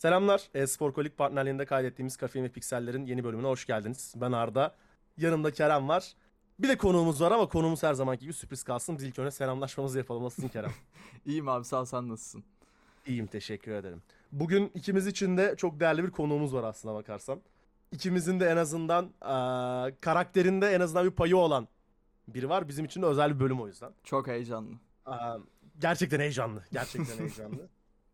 Selamlar. E-Spor Kolik partnerliğinde kaydettiğimiz Kafein ve Pikseller'in yeni bölümüne hoş geldiniz. Ben Arda. Yanımda Kerem var. Bir de konuğumuz var ama konuğumuz her zamanki gibi sürpriz kalsın. Biz ilk önce selamlaşmamızı yapalım. Nasılsın Kerem? İyiyim abi, sağ ol, sen nasılsın? İyiyim, teşekkür ederim. Bugün ikimiz için de çok değerli bir konuğumuz var aslına bakarsan. İkimizin de en azından karakterinde en azından bir payı olan biri var. Bizim için de özel bir bölüm o yüzden. Çok heyecanlı. Eee, Gerçekten heyecanlı. Gerçekten heyecanlı.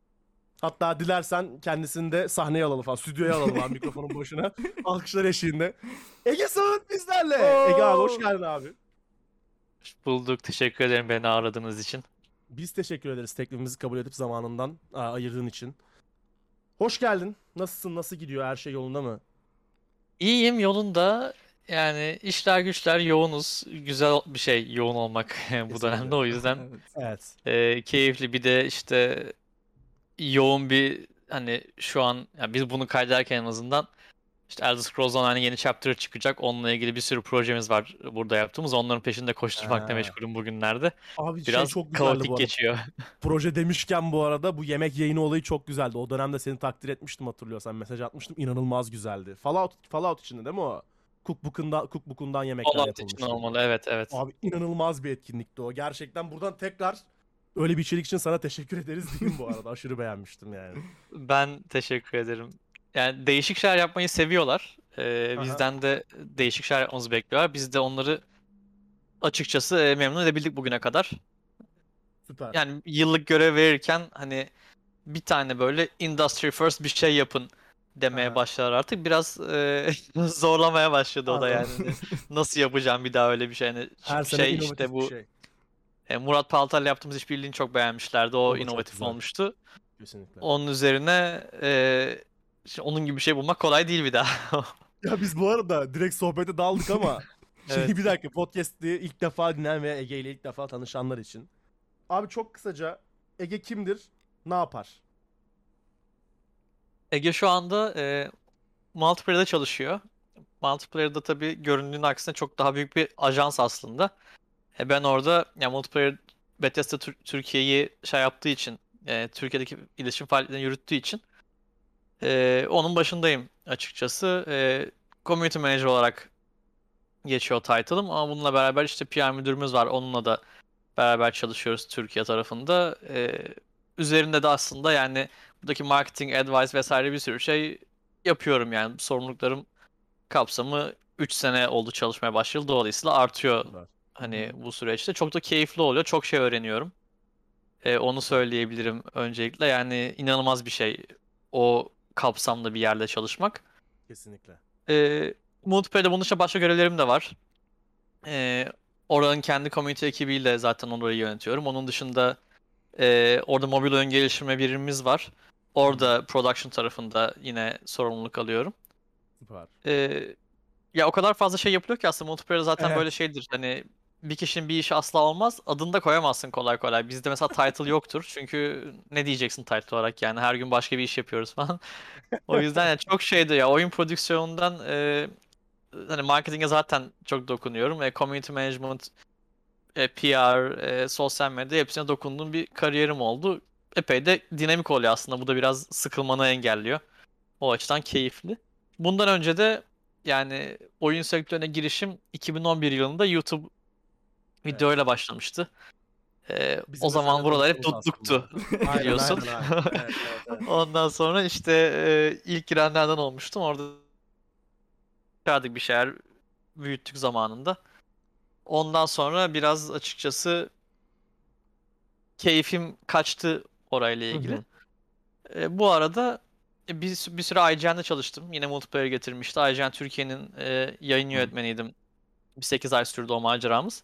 Hatta dilersen kendisini de sahneye alalım falan. Stüdyoya alalım abi mikrofonun başına. Alkışlar eşliğinde. Ege Sağıt bizlerle. Ege abi hoş Oo! geldin abi. Hoş bulduk. Teşekkür ederim beni ağırladığınız için. Biz teşekkür ederiz teklifimizi kabul edip zamanından ayırdığın için. Hoş geldin. Nasılsın? Nasıl gidiyor? Her şey yolunda mı? İyiyim yolunda. Yani işler güçler yoğunuz. Güzel bir şey yoğun olmak bu dönemde o yüzden Evet. Evet. keyifli. Bir de işte yoğun bir hani şu an yani biz bunu kaydederken en azından işte Elder Scrolls Online'ın yeni chapter çıkacak. Onunla ilgili bir sürü projemiz var burada yaptığımız. Onların peşinde koşturmakla Ha. meşgulüm bugünlerde. Abi şey Biraz çok güzeldi bu kaotik arada. geçiyor. Proje demişken bu arada bu yemek yayını olayı çok güzeldi. O dönemde seni takdir etmiştim hatırlıyorsan. Mesaj atmıştım. İnanılmaz güzeldi. Fallout içinde değil mi o? Cookbook'undan yemekler Fallout için yapılmıştı. olmalı. Evet, evet. Abi inanılmaz bir etkinlikti o. Gerçekten buradan tekrar öyle bir içerik için sana teşekkür ederiz diyeyim bu arada. Aşırı beğenmiştim yani. Ben teşekkür ederim. Yani değişik şeyler yapmayı seviyorlar. Aha, Bizden de değişik şeyler yapmamızı bekliyorlar. Biz de onları açıkçası memnun edebildik bugüne kadar. süper. Yani yıllık görev verirken hani bir tane böyle industry first bir şey yapın demeye Aha, başlar artık. Biraz zorlamaya başladı o da anladım. yani. Hani nasıl yapacağım bir daha öyle bir şey. Hani Her sene şey işte inovatif bir bu şey. Murat Paltal'la yaptığımız işbirliğini çok beğenmişlerdi. O O da çok inovatif güzel. olmuştu. Kesinlikle. Onun üzerine işte onun gibi bir şey bulmak kolay değil bir daha. Ya biz bu arada direkt sohbete daldık ama Evet. bir dakika podcast'i ilk defa dinleyen ve Ege ile ilk defa tanışanlar için. Abi çok kısaca Ege kimdir? Ne yapar? Ege şu anda multiplayer'da çalışıyor. Multiplayer'da tabii göründüğünün aksine çok daha büyük bir ajans aslında. Ben orada yani multiplayer Bethesda Türkiye'yi şey yaptığı için Türkiye'deki iletişim faaliyetlerini yürüttüğü için onun başındayım açıkçası. Community Manager olarak geçiyor title'ım ama bununla beraber işte PR müdürümüz var. Onunla da beraber çalışıyoruz Türkiye tarafında. Üzerinde de aslında yani buradaki marketing, advice vesaire bir sürü şey yapıyorum yani. Sorumluluklarım kapsamı 3 sene oldu çalışmaya başlayalı. Dolayısıyla artıyor Süper. Hı hani hı. bu süreçte. Çok da keyifli oluyor. Çok şey öğreniyorum. Onu Süper. söyleyebilirim öncelikle. Yani inanılmaz bir şey o kapsamda bir yerde çalışmak. Kesinlikle. Multiplayer'de bunun dışında başka görevlerim de var. Ee, Oranın kendi community ekibiyle zaten orayı yönetiyorum. Onun dışında orada mobil oyun geliştirme birimimiz var. Hı hı. Orada production tarafında yine sorumluluk alıyorum. Süper. Ee, Ya o kadar fazla şey yapılıyor ki aslında multiplayer zaten böyle Evet. şeydir. Hani bir kişinin bir işi asla olmaz. Adını da koyamazsın kolay kolay. Bizde mesela title yoktur. Çünkü ne diyeceksin title olarak yani her gün başka bir iş yapıyoruz falan. O yüzden yani çok şeydi ya oyun prodüksiyonundan hani marketinge zaten çok dokunuyorum. Community management, PR, sosyal medya hepsine dokunduğum bir kariyerim oldu. Epey de dinamik oluyor aslında. Bu da biraz sıkılmanı engelliyor. O açıdan keyifli. Bundan önce de yani oyun sektörüne girişim 2011 yılında YouTube Evet. videoyla başlamıştı. O Bizim de zaman seninle buralar hep tanışmamız aslında. tutluktu Aynen biliyorsun. aynen aynen. Evet evet evet. Ondan sonra işte ilk girenlerden olmuştum. Orada çıkardık bir şeyler büyüttük zamanında. Ondan sonra biraz açıkçası keyfim kaçtı orayla Hı ilgili. hı. Bu arada bir süre IGN'de çalıştım. Yine multiplayer getirmişti. IGN Türkiye'nin yayın Hı. yönetmeniydim. Bir 8 ay sürdü o maceramız.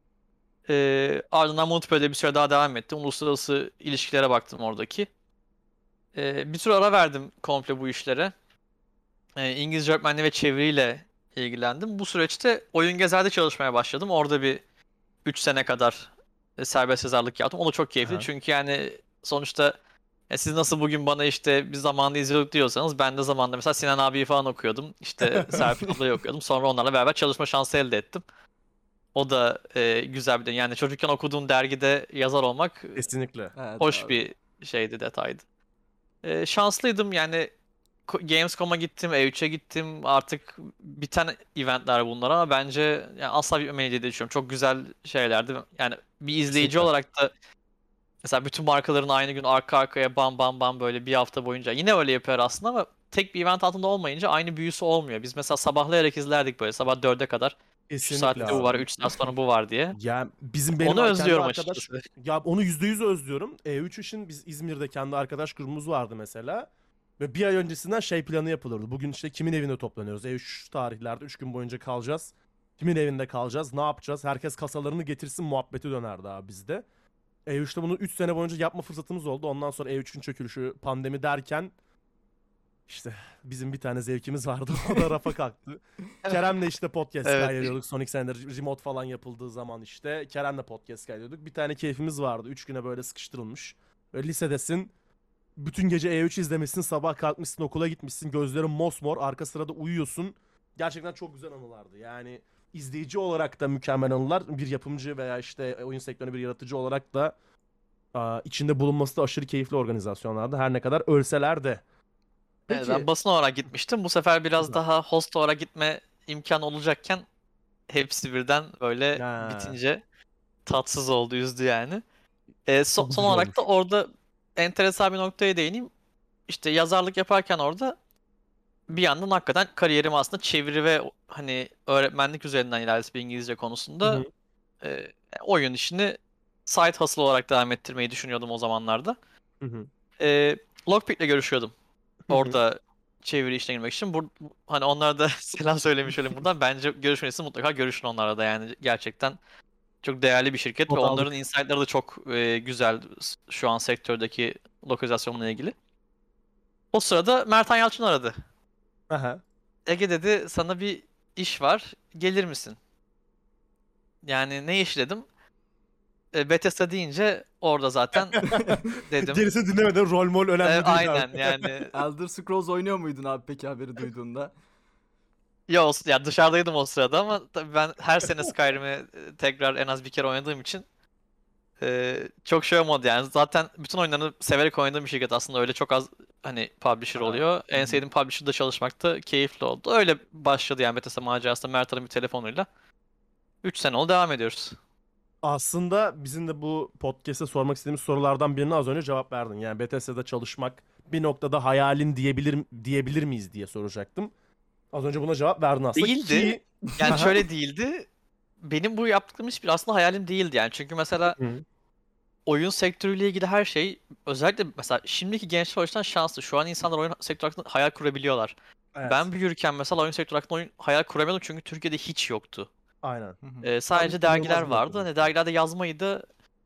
Ardından multiplayer'de bir süre daha devam ettim. Uluslararası ilişkilere baktım oradaki. Bir süre ara verdim komple bu işlere. İngilizce öğretmenliği ve çeviriyle ilgilendim. Bu süreçte Oyun Gezer'de çalışmaya başladım. Orada bir 3 sene kadar serbest yazarlık yaptım. O da çok keyifli. Aha. Çünkü yani sonuçta siz nasıl bugün bana işte bir zamanında izliyorduk diyorsanız ben de zamanında mesela Sinan abiyi falan okuyordum. İşte Serpil ablayı okuyordum. Sonra onlarla beraber çalışma şansı elde ettim. O da güzel bir de. Yani çocukken okuduğun dergide yazar olmak Kesinlikle. Evet hoş abi. bir şeydi, detaydı. Şanslıydım yani Gamescom'a gittim, E3'e gittim. Artık biten eventler bunlar ama bence yani asla bitmemeli diye düşünüyorum. Çok güzel şeylerdi. Yani bir izleyici Kesinlikle. olarak da mesela bütün markaların aynı gün arka arkaya bam bam bam böyle bir hafta boyunca yine öyle yapıyor aslında ama tek bir event altında olmayınca aynı büyüsü olmuyor. Biz mesela sabahlayarak izlerdik böyle sabah 4'e kadar. Şu Kesinlikle saatte bu var, abi. 3 saat sonra bu var diye. Ya benim Onu kendi özlüyorum arkadaş, açıkçası. ya onu %100 özlüyorum. E3 için biz İzmir'de kendi arkadaş grubumuz vardı mesela. Ve bir ay öncesinden şey planı yapılırdı. Bugün işte kimin evinde toplanıyoruz? E3 tarihlerde 3 gün boyunca kalacağız. Kimin evinde kalacağız? Ne yapacağız? Herkes kasalarını getirsin muhabbeti dönerdi abi bizde. E3'te bunu 3 sene boyunca yapma fırsatımız oldu. Ondan sonra E3'ün çökülüşü, pandemi derken işte bizim bir tane zevkimiz vardı. O da rafa kalktı. Kerem'le işte podcast Evet. kaydediyorduk. Sonic Sender remote falan yapıldığı zaman işte. Kerem'le podcast kaydediyorduk. Bir tane keyfimiz vardı. 3 güne böyle sıkıştırılmış. Böyle lisedesin. Bütün gece E3 izlemişsin. Sabah kalkmışsın okula gitmişsin. Gözlerin mosmor. Arka sırada uyuyorsun. Gerçekten çok güzel anılardı. Yani izleyici olarak da mükemmel anılar. Bir yapımcı veya işte oyun sektöründe bir yaratıcı olarak da içinde bulunması da aşırı keyifli organizasyonlardı. Her ne kadar ölseler de. Evet, Peki. ben basın olarak gitmiştim. Bu sefer biraz Güzel. daha host olarak gitme imkanı olacakken hepsi birden böyle Ha, bitince tatsız oldu, üzdü yani. çok Son üzücü olarak da olmuş. orada enteresan bir noktaya değineyim. İşte yazarlık yaparken orada bir yandan hakikaten kariyerimi aslında çeviri ve hani öğretmenlik üzerinden ilerlesi bir İngilizce Hı konusunda hı. oyun işini side hustle olarak devam ettirmeyi düşünüyordum o zamanlarda. Hı hı. E, Lockpick'le görüşüyordum. Hı hı. Orada çeviri işine girmek için. Hani onlara da selam söylemiş olayım buradan. Bence görüşmesi mutlaka görüşün onlara da yani gerçekten çok değerli bir şirket ve Not onların aldık. insight'ları da çok güzel şu an sektördeki lokalizasyonla ilgili. O sırada Mertan Yalçın aradı. Aha. Ege dedi sana bir iş var gelir misin? Yani ne iş dedim. Bethesda deyince orada zaten dedim. Gerisi dinlemeden rol mol önemli değil abi. Aynen yani. Elder Scrolls oynuyor muydun abi peki haberi duyduğunda? Ya dışarıdaydım o sırada ama tabii ben her sene Skyrim'i tekrar en az bir kere oynadığım için çok şey olmadı yani. Zaten bütün oyunlarını severek oynadığım bir şirket aslında öyle çok az hani publisher Aha. oluyor. Hı En hı. sevdiğim publisher'da çalışmak da keyifli oldu. Öyle başladı yani Bethesda macerası da Mert Han'ın bir telefonuyla. 3 sene oldu devam ediyoruz. Aslında bizim de bu podcast'te sormak istediğimiz sorulardan birine az önce cevap verdin. Yani Bethesda'da çalışmak bir noktada hayalin diyebilir miyiz diye soracaktım. Az önce buna cevap verdin aslında Değildi. ki. Yani Aha. şöyle değildi. Benim bu yaptığım hiçbir aslında hayalim değildi yani. Çünkü mesela Hı. oyun sektörüyle ilgili her şey özellikle mesela şimdiki gençler o yüzden şanslı. Şu an insanlar oyun sektörü hakkında hayal kurabiliyorlar. Evet. Ben büyürken mesela oyun sektörü hakkında hayal kuramıyordum çünkü Türkiye'de hiç yoktu. Aynen. Hı hı. Şu an Sadece dergiler inanılmaz bir vardı. noktada. Hani dergilerde yazmayı da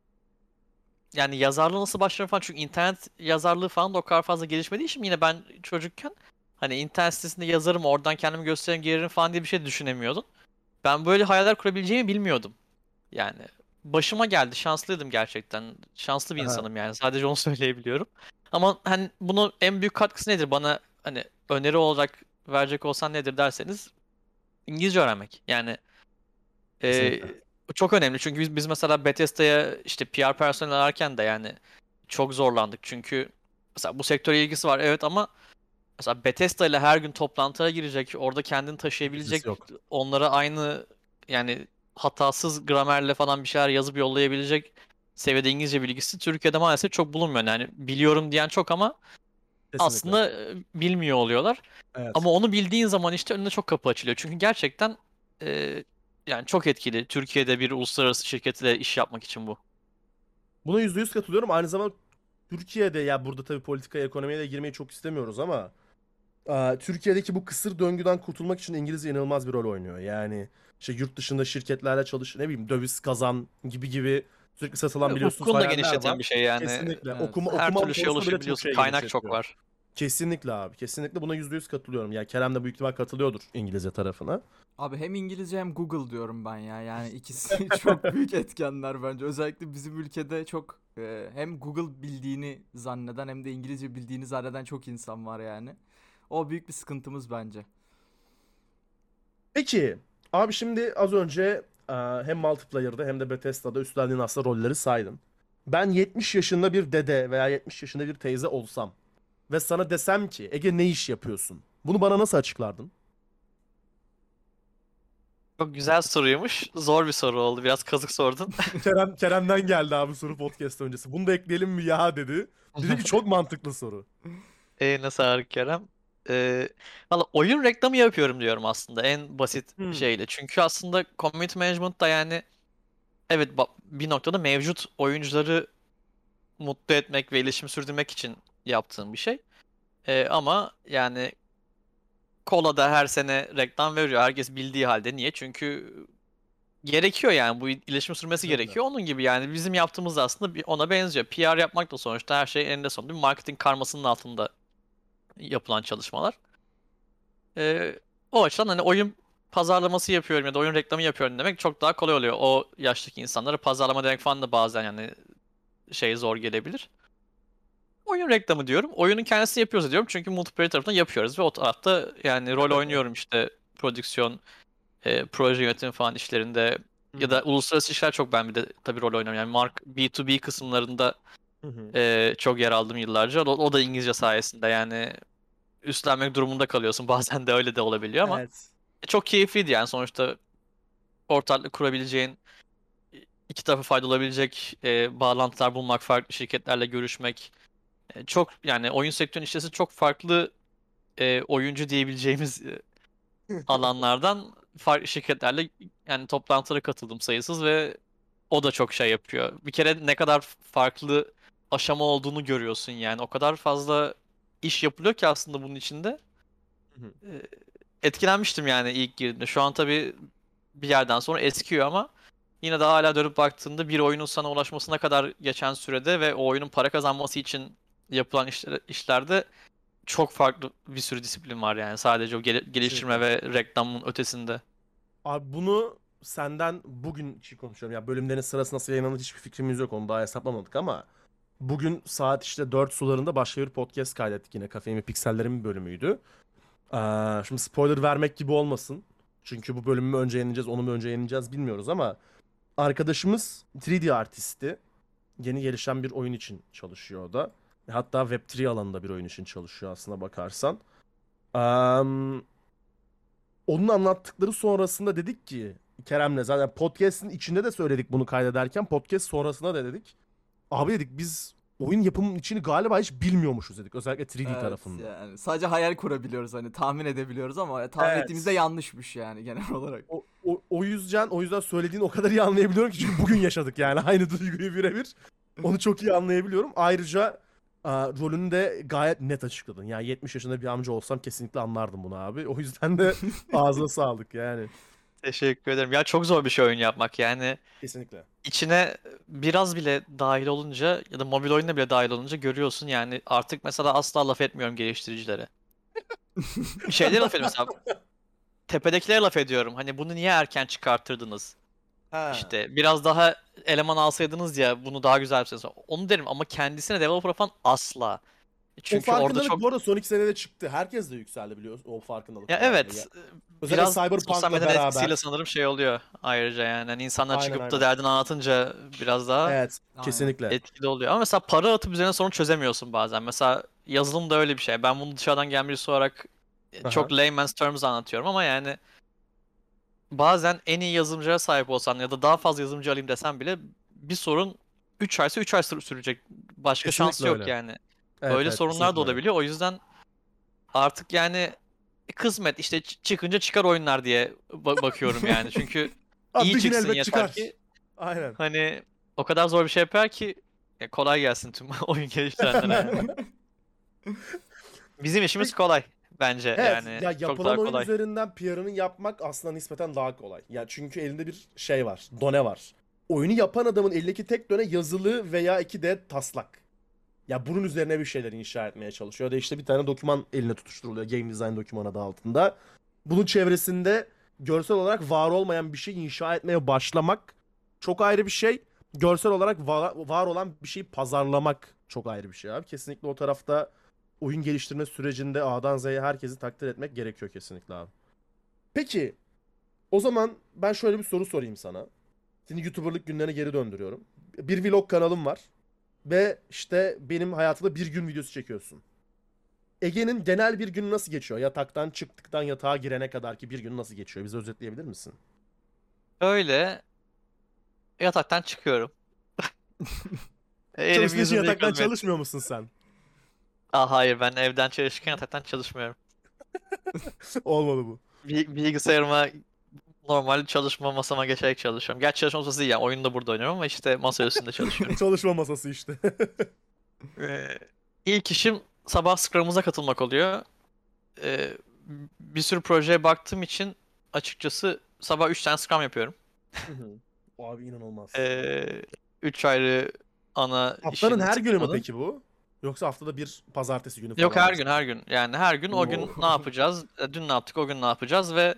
yani yazarlığı nasıl başlarım falan çünkü internet yazarlığı falan da o kadar fazla gelişmediği için yine ben çocukken hani internet sitesinde yazarım oradan kendimi gösteririm gelirim falan diye bir şey düşünemiyordum. Ben böyle hayaller kurabileceğimi bilmiyordum. Yani başıma geldi. Şanslıydım gerçekten. Şanslı bir Aha. insanım yani. Sadece onu söyleyebiliyorum. Ama hani bunun en büyük katkısı nedir? Bana hani öneri olarak verecek olsan nedir derseniz İngilizce öğrenmek. Yani Kesinlikle. bu çok önemli. Çünkü biz mesela Bethesda'ya işte PR personel ararken de yani çok zorlandık. Çünkü mesela bu sektöre ilgisi var evet ama mesela Bethesda ile her gün toplantıya girecek, orada kendini İngilizcesi taşıyabilecek, yok. onlara aynı yani hatasız gramerle falan bir şeyler yazıp yollayabilecek seviyede İngilizce bilgisi Türkiye'de maalesef çok bulunmuyor. Yani biliyorum diyen çok ama Kesinlikle. aslında bilmiyor oluyorlar. Evet. Ama onu bildiğin zaman işte önüne çok kapı açılıyor. Çünkü gerçekten e, yani çok etkili Türkiye'de bir uluslararası şirketle iş yapmak için bu. Buna %100 katılıyorum. Aynı zamanda Türkiye'de ya burada tabii politikaya, ekonomiye de girmeyi çok istemiyoruz ama Türkiye'deki bu kısır döngüden kurtulmak için İngilizce inanılmaz bir rol oynuyor. Yani işte yurt dışında şirketlerle çalış, ne bileyim döviz kazan gibi sürekli satılan biliyorsunuz Hukukunu da hayaller genişleten var. bir şey yani. Kesinlikle. Evet. Her Okuma türlü şeye konusunda bile çok ulaşabiliyorsun. şey Kaynak çok genişletiyor. var. Kesinlikle abi. Kesinlikle buna %100 katılıyorum. Ya Kerem de büyük ihtimal katılıyordur İngilizce tarafına. Abi hem İngilizce hem Google diyorum ben ya. Yani ikisi çok büyük etkenler bence. Özellikle bizim ülkede çok hem Google bildiğini zanneden hem de İngilizce bildiğini zanneden çok insan var yani. O büyük bir sıkıntımız bence. Peki abi şimdi az önce hem multiplayer'da hem de Bethesda'da üstlendiğin aslında rolleri saydın. Ben 70 yaşında bir dede veya 70 yaşında bir teyze olsam ve sana desem ki Ege ne iş yapıyorsun? Bunu bana nasıl açıklardın? Çok güzel soruymuş. Zor bir soru oldu. Biraz kazık sordun. Kerem'den geldi abi soru podcast öncesi. Bunu da ekleyelim mi ya dedi. Dedi ki çok mantıklı soru. Nasıl ağır Kerem? Valla oyun reklamı yapıyorum diyorum aslında en basit Hmm. şeyle. Çünkü aslında community management da yani evet bir noktada mevcut oyuncuları mutlu etmek ve iletişim sürdürmek için yaptığım bir şey. Ama yani Kola da her sene reklam veriyor. Herkes bildiği halde. Niye? Çünkü gerekiyor yani. Bu iletişim sürmesi Kesinlikle. gerekiyor. Onun gibi yani bizim yaptığımız da aslında ona benziyor. PR yapmak da sonuçta her şey eninde sonunda bir marketing karmasının altında yapılan çalışmalar. O açıdan hani oyun pazarlaması yapıyorum ya da oyun reklamı yapıyorum demek çok daha kolay oluyor. O yaştaki insanlara pazarlama demek falan da bazen yani şey zor gelebilir. Oyun reklamı diyorum. Oyunun kendisini yapıyoruz diyorum. Çünkü multiplayer tarafından yapıyoruz ve o tarafta yani rol oynuyorum işte prodüksiyon, proje yönetimi falan işlerinde Hı ya hı. da uluslararası işler çok ben bir de tabii rol oynuyorum. Yani B2B kısımlarında Hı hı. çok yer aldım yıllarca. O da İngilizce sayesinde yani üstlenmek durumunda kalıyorsun. Bazen de öyle de olabiliyor ama Evet. çok keyifliydi yani sonuçta ortaklık kurabileceğin, iki tarafa faydalı olabilecek bağlantılar bulmak, farklı şirketlerle görüşmek. Çok yani oyun sektörünün içerisinde çok farklı oyuncu diyebileceğimiz alanlardan farklı şirketlerle yani toplantılara katıldım sayısız ve o da çok şey yapıyor. Bir kere ne kadar farklı aşama olduğunu görüyorsun yani. O kadar fazla iş yapılıyor ki aslında bunun içinde. Hı hı. E, Etkilenmiştim yani ilk girdiğimde. Şu an tabii bir yerden sonra eskiyor ama yine de hala dönüp baktığında bir oyunun sana ulaşmasına kadar geçen sürede ve o oyunun para kazanması için yapılan işlerde çok farklı bir sürü disiplin var yani sadece o geliştirme Kesinlikle. ve reklamın ötesinde. Abi bunu senden bugün için konuşuyorum. Ya bölümlerin sırası nasıl yayınlanır hiçbir fikrimiz yok. Onu daha hesaplamadık ama bugün saat işte 4 sularında başka bir podcast kaydettik yine. Kafein ve Pikseller'in bir bölümüydü. Şimdi spoiler vermek gibi olmasın. Çünkü bu bölümü mü önce yayınlayacağız, onu mu önce yayınlayacağız bilmiyoruz ama arkadaşımız 3D artisti. Yeni gelişen bir oyun için çalışıyor o da. Hatta Web3 alanında bir oyun için çalışıyor aslına bakarsan. Am, Onun anlattıkları sonrasında dedik ki Kerem'le zaten podcast'in içinde de söyledik bunu kaydederken podcast sonrasında da dedik. Abi dedik biz oyun yapımının içini galiba hiç bilmiyormuşuz dedik. Özellikle 3D Evet tarafında. yani sadece hayal kurabiliyoruz hani tahmin edebiliyoruz ama tahmin ettiğimizde Evet. yanlışmış yani genel olarak. O yüzden söylediğini o kadar iyi anlayabiliyorum ki çünkü bugün yaşadık yani aynı duyguyu birebir. Onu çok iyi anlayabiliyorum. Ayrıca rolünü de gayet net açıkladın. Yani 70 yaşında bir amca olsam kesinlikle anlardım bunu abi. O yüzden de ağzına sağlık yani. Teşekkür ederim. Ya çok zor bir şey oyun yapmak yani. Kesinlikle. İçine biraz bile dahil olunca ya da mobil oyuna bile dahil olunca görüyorsun yani artık mesela asla laf etmiyorum geliştiricilere. Şeylere laf ediyorum mesela tepedekilere laf ediyorum. Hani bunu niye erken çıkartırdınız? Ha. İşte biraz daha eleman alsaydınız ya bunu daha güzel yapsaydınız. Onu derim ama kendisine developer falan asla. O Çünkü orada farkındalık çok bu arada son 2 senede çıktı. Herkes de yükseldi biliyorsun o farkındalık ya bu arada. Ya, evet özellikle biraz sosyal Cyberpunk'la medyanın etkisiyle beraber. sanırım şey oluyor ayrıca yani. Hani insanlar Aynen çıkıp da aynen. derdini anlatınca biraz daha Evet, Aynen. kesinlikle. etkili oluyor. Ama mesela para atıp üzerine sorun çözemiyorsun bazen. Mesela yazılım da öyle bir şey. Ben bunu dışarıdan gelen birisi olarak çok Aha. layman's terms anlatıyorum ama yani bazen en iyi yazılımcıya sahip olsan ya da daha fazla yazılımcı alayım desen bile bir sorun 3 aysa 3 ay sürecek. Başka Kesinlikle şansı yok öyle. yani. Evet Öyle evet sorunlar da kesinlikle öyle. olabiliyor. O yüzden artık yani kısmet işte çıkınca çıkar oyunlar diye bakıyorum yani. Çünkü Abi iyi bir gün çıksın elbet yeter çıkar. ki Aynen. hani o kadar zor bir şey yapar ki kolay gelsin tüm oyun geliştirenlere yani. Bizim işimiz Peki, kolay bence evet yani ya çok yapılan daha oyun kolay. üzerinden PR'ını yapmak aslında nispeten daha kolay. Ya çünkü elinde bir şey var, done var. Oyunu yapan adamın elindeki tek done yazılı veya 2D taslak. Ya bunun üzerine bir şeyler inşa etmeye çalışıyor. Ya da işte bir tane doküman eline tutuşturuluyor. Game design dokümanı adı altında. Bunun çevresinde görsel olarak var olmayan bir şey inşa etmeye başlamak çok ayrı bir şey. Görsel olarak var olan bir şeyi pazarlamak çok ayrı bir şey abi. Kesinlikle o tarafta oyun geliştirme sürecinde A'dan Z'ye herkesi takdir etmek gerekiyor kesinlikle abi. Peki o zaman ben şöyle bir soru sorayım sana. Seni YouTuber'lık günlerine geri döndürüyorum. Bir vlog kanalım var. Ve işte benim hayatımda bir gün videosu çekiyorsun. Ege'nin genel bir günü nasıl geçiyor? Yataktan çıktıktan yatağa girene kadar ki bir gün nasıl geçiyor? Bize özetleyebilir misin? Öyle yataktan çıkıyorum. Elimi Çalıştığın için yüzümü yataktan yıkadım. çalışmıyor musun sen? Hayır, ben evden çalışırken yataktan çalışmıyorum. Olmadı bu. Bilgisayarıma normal çalışma masama geçerek çalışıyorum. Gerçi çalışma masası değil yani, oyunu da burada oynuyorum ama işte masa üstünde çalışıyorum. Çalışma masası işte. Ee, İlk işim sabah Scrum'umuza katılmak oluyor. Ee, Bir sürü projeye baktığım için açıkçası sabah 3 tane Scrum yapıyorum. Abi inanılmaz. 3 ayrı ana Haftanın işin her günü mü Scrum'unun. peki bu? Yoksa haftada bir pazartesi günü Yok, falan her mı? gün her gün. Yani her gün o gün Oo. ne yapacağız? Dün ne yaptık, o gün ne yapacağız ve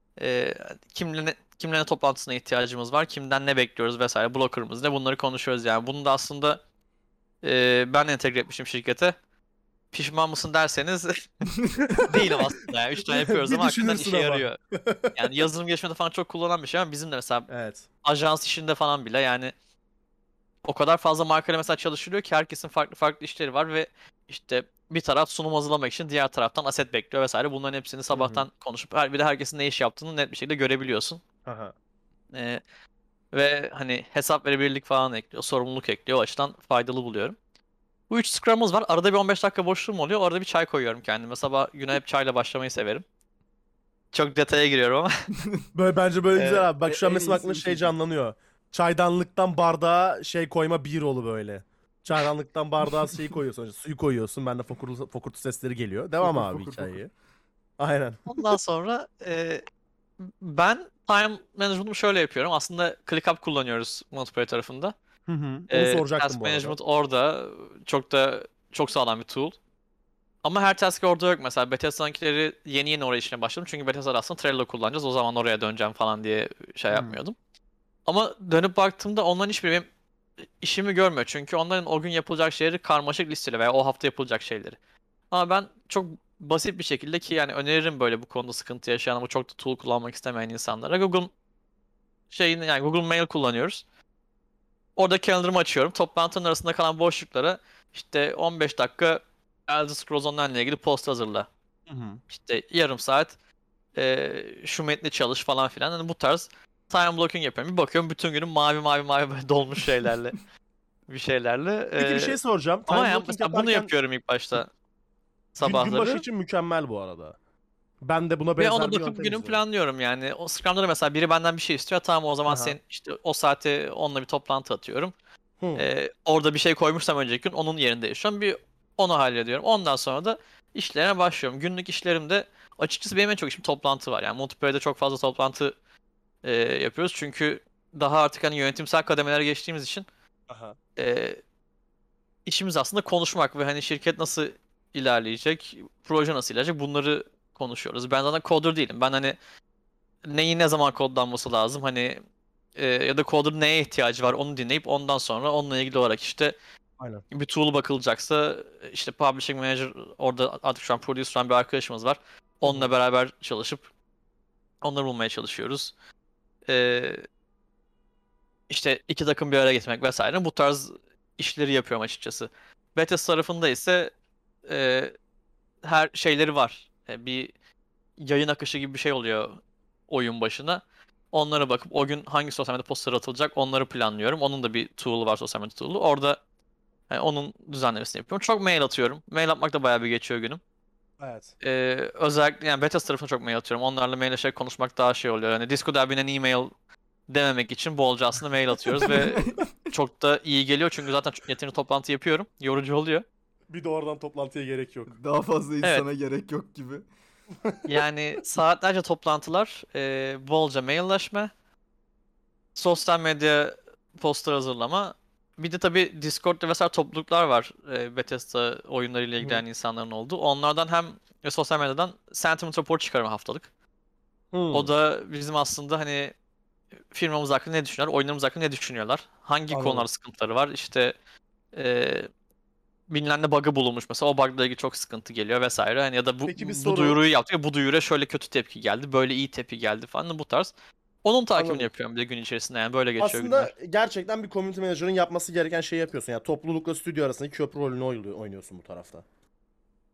kimle ne toplantısına ihtiyacımız var, kimden ne bekliyoruz vesaire, blocker'ımız ne, bunları konuşuyoruz yani. Bunu da aslında ben entegre etmişim şirkete. Pişman mısın derseniz değilim aslında yani. 3 tane yapıyoruz Bir ama hakikaten düşünürsün işe ama. yarıyor. Yani yazılım gelişmede falan çok kullanılan bir şey ama bizim de mesela Evet. ajans işinde falan bile yani o kadar fazla markayla mesela çalışılıyor ki herkesin farklı farklı işleri var ve işte bir taraf sunum hazırlamak için diğer taraftan aset bekliyor vesaire. Bunların hepsini Hı hı. sabahtan konuşup bir de herkesin ne iş yaptığını net bir şekilde görebiliyorsun. Aha. Ee, Ve hani hesap verebilirlik falan ekliyor, sorumluluk ekliyor. O açıdan faydalı buluyorum. Bu 3 Scrum'ımız var. Arada bir 15 dakika boşluğum oluyor. Orada bir çay koyuyorum kendime. Sabah güne hep çayla başlamayı severim. Çok detaya giriyorum ama. Böyle bence böyle Ee, güzel abi. Bak şu an En mesela iyisi aklımda bu şey şekilde. canlanıyor. Çaydanlıktan bardağa şey koyma bir yolu böyle. Çaydanlıktan bardağa şeyi koyuyorsun önce. Suyu koyuyorsun. Bende fokurtu sesleri geliyor. Devam Fokur abi fokur fokur. hikayeye. Aynen. Ondan sonra ben time management'ımı şöyle yapıyorum. Aslında ClickUp kullanıyoruz multiplayer tarafında. Hı hı. Onu soracaktım Task bu arada. management orada çok sağlam bir tool. Ama her task orada yok. Mesela Bethesda'nınkileri yeni yeni oraya işine başladım. Çünkü Bethesda'da aslında Trello kullanacağız. O zaman oraya döneceğim falan diye şey Hı. yapmıyordum. Ama dönüp baktığımda onların hiçbiri benim işimi görmüyor. Çünkü onların o gün yapılacak şeyleri karmaşık listeli veya o hafta yapılacak şeyleri. Ama ben çok basit bir şekilde, ki yani öneririm böyle bu konuda sıkıntı yaşayan ama çok da tool kullanmak istemeyen insanlara, yani Google Mail kullanıyoruz. Orada calendar'ımı açıyorum. Toplantının arasında kalan boşluklara işte 15 dakika Elder Scrolls Online ile ilgili post hazırla. Hı hı. İşte yarım saat şu metni çalış falan filan. Hani bu tarz time blocking yapıyorum. Bir bakıyorum bütün günüm mavi mavi mavi böyle dolmuş şeylerle, bir şeylerle. Peki bir şey soracağım. Ama Time yani blocking mesela bunu yaparken yapıyorum ilk başta gün başı sabahları. için mükemmel bu arada. Ben de buna Ve ona benzer bir bakıp yöntem günümü izliyorum. planlıyorum yani. O Scrum'da mesela biri benden bir şey istiyor. Tamam, o zaman Aha. sen işte o saate onunla bir toplantı atıyorum. Hı. Orada bir şey koymuşsam önceki gün onun yerinde yaşıyorum. Bir onu hallediyorum. Ondan sonra da işlerine başlıyorum. Günlük işlerimde açıkçası benim en çok işim toplantı var. Yani multiplayer'de çok fazla toplantı yapıyoruz. Çünkü daha artık hani yönetimsel kademelere geçtiğimiz için Aha. e, işimiz aslında konuşmak ve hani şirket nasıl ilerleyecek, proje nasıl ilerleyecek, bunları konuşuyoruz. Ben zaten coder değilim. Ben hani neyi ne zaman kodlanması lazım, hani ya da coder neye ihtiyacı var onu dinleyip ondan sonra onunla ilgili olarak işte Aynen. bir tool bakılacaksa işte Publishing Manager, orada artık şu an producer olan bir arkadaşımız var. Hı Onunla hı. beraber çalışıp onları bulmaya çalışıyoruz. E, işte iki takım bir araya getirmek vesaire, bu tarz işleri yapıyorum açıkçası. Bethesda tarafında ise e, her şeyleri var. Bir yayın akışı gibi bir şey oluyor oyun başına. Onlara bakıp o gün hangi sosyal medya postları atılacak onları planlıyorum. Onun da bir tool'u var, sosyal medya tool'u. Orada onun düzenlemesini yapıyorum. Çok mail atıyorum. Mail atmak da bayağı bir geçiyor günüm. Evet. Özellikle yani Bethesda tarafına çok mail atıyorum. Onlarla mailleşerek konuşmak daha şey oluyor. Yani Discord admin'e e-mail dememek için bolca aslında mail atıyoruz ve çok da iyi geliyor. Çünkü zaten yeterince toplantı yapıyorum. Yorucu oluyor. Bir de oradan toplantıya gerek yok. Daha fazla Evet. insana gerek yok gibi. Yani saatlerce toplantılar, bolca mailleşme, sosyal medya poster hazırlama. Bir de tabii Discord'da vesaire topluluklar var. Bethesda oyunlarıyla Hı. ilgilenen insanların olduğu. Onlardan hem sosyal medyadan sentiment report çıkarma haftalık. O Hı. da bizim aslında hani firmamız hakkında ne düşünüyorlar, oyunlarımız hakkında ne düşünüyorlar, hangi Anladım. konularda sıkıntıları var, işte e, bilinen de bug'ı bulunmuş mesela, o bug'la ilgili çok sıkıntı geliyor vesaire. Hani ya da Peki bir bu soru. duyuruyu yaptık ya, bu duyuruya şöyle kötü tepki geldi, böyle iyi tepki geldi falan, bu tarz. Onun takibini Anladım. yapıyorum bir de gün içerisinde, yani böyle geçiyor Aslında günler. gerçekten bir community manager'ın yapması gereken şeyi yapıyorsun. Yani toplulukla stüdyo arasındaki köprü rolünü oynuyorsun bu tarafta.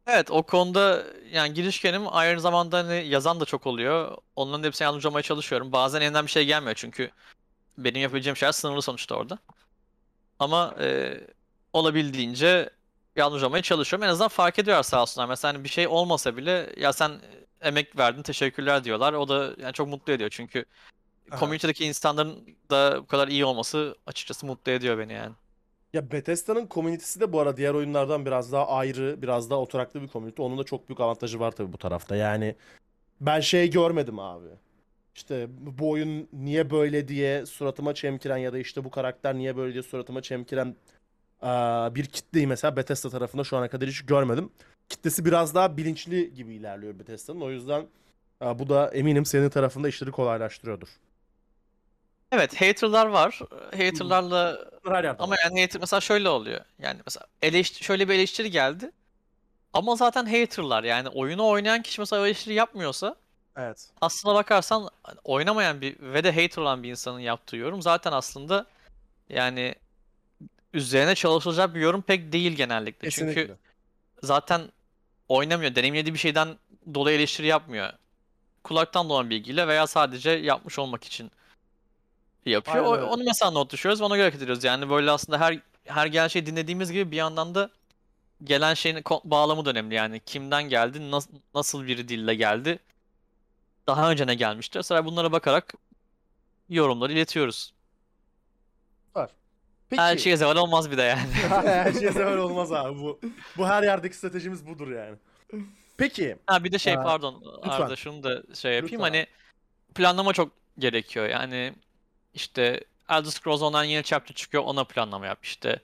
Evet, o konuda yani girişkenim, aynı zamanda hani yazan da çok oluyor. Onların hepsine yardımcı olmaya çalışıyorum. Bazen elinden bir şey gelmiyor çünkü benim yapabileceğim şeyler sınırlı sonuçta orada. Ama olabildiğince yardımcı olmaya çalışıyorum. En azından fark ediyorlar sağ olsunlar. Mesela hani bir şey olmasa bile ya sen emek verdin, teşekkürler diyorlar. O da yani çok mutlu ediyor çünkü Aha. community'deki insanların da bu kadar iyi olması açıkçası mutlu ediyor beni yani. Ya Bethesda'nın komünitesi de bu ara diğer oyunlardan biraz daha ayrı, biraz daha oturaklı bir komünite. Onun da çok büyük avantajı var tabii bu tarafta. Yani ben şey görmedim abi. İşte bu oyun niye böyle diye suratıma çemkiren ya da işte bu karakter niye böyle diye suratıma çemkiren bir kitleyi mesela Bethesda tarafında şu ana kadar hiç görmedim. Kitlesi biraz daha bilinçli gibi ilerliyor Bethesda'nın. O yüzden bu da eminim senin tarafında işleri kolaylaştırıyordur. Evet, haterlar var. Hı hı. Haterlarla Bunlar her yerde ama var. yani hater mesela şöyle oluyor. Yani mesela şöyle bir eleştiri geldi. Ama zaten haterlar, yani oyunu oynayan kişi mesela o eleştiri yapmıyorsa Evet. aslına bakarsan hani oynamayan bir ve de hater olan bir insanın yaptığı yorum zaten aslında yani üzerine çalışılacak bir yorum pek değil genellikle. Çünkü Kesinlikle. zaten oynamıyor, deneyimlediği bir şeyden dolayı eleştiri yapmıyor. Kulaktan dolan bilgiyle veya sadece yapmış olmak için yapıyor. Aynen öyle. Onu mesela not düşüyoruz ve ona göre hareket ediyoruz. Yani böyle aslında her gelen şeyi dinlediğimiz gibi bir yandan da gelen şeyin bağlamı da önemli. Yani kimden geldi, nasıl bir dille geldi, daha önce ne gelmişti. Mesela bunlara bakarak yorumları iletiyoruz. Var. Her Peki. şeye zeval olmaz bir de yani. Her şeye zeval olmaz abi. Bu her yerdeki stratejimiz budur yani. Peki. Ha bir de e, şey, pardon lütfen. Arda, şunu da şey yapayım, Lütfen abi. hani planlama çok gerekiyor. Yani işte Elder Scrolls Online yeni chapter çıkıyor, ona planlama yap. İşte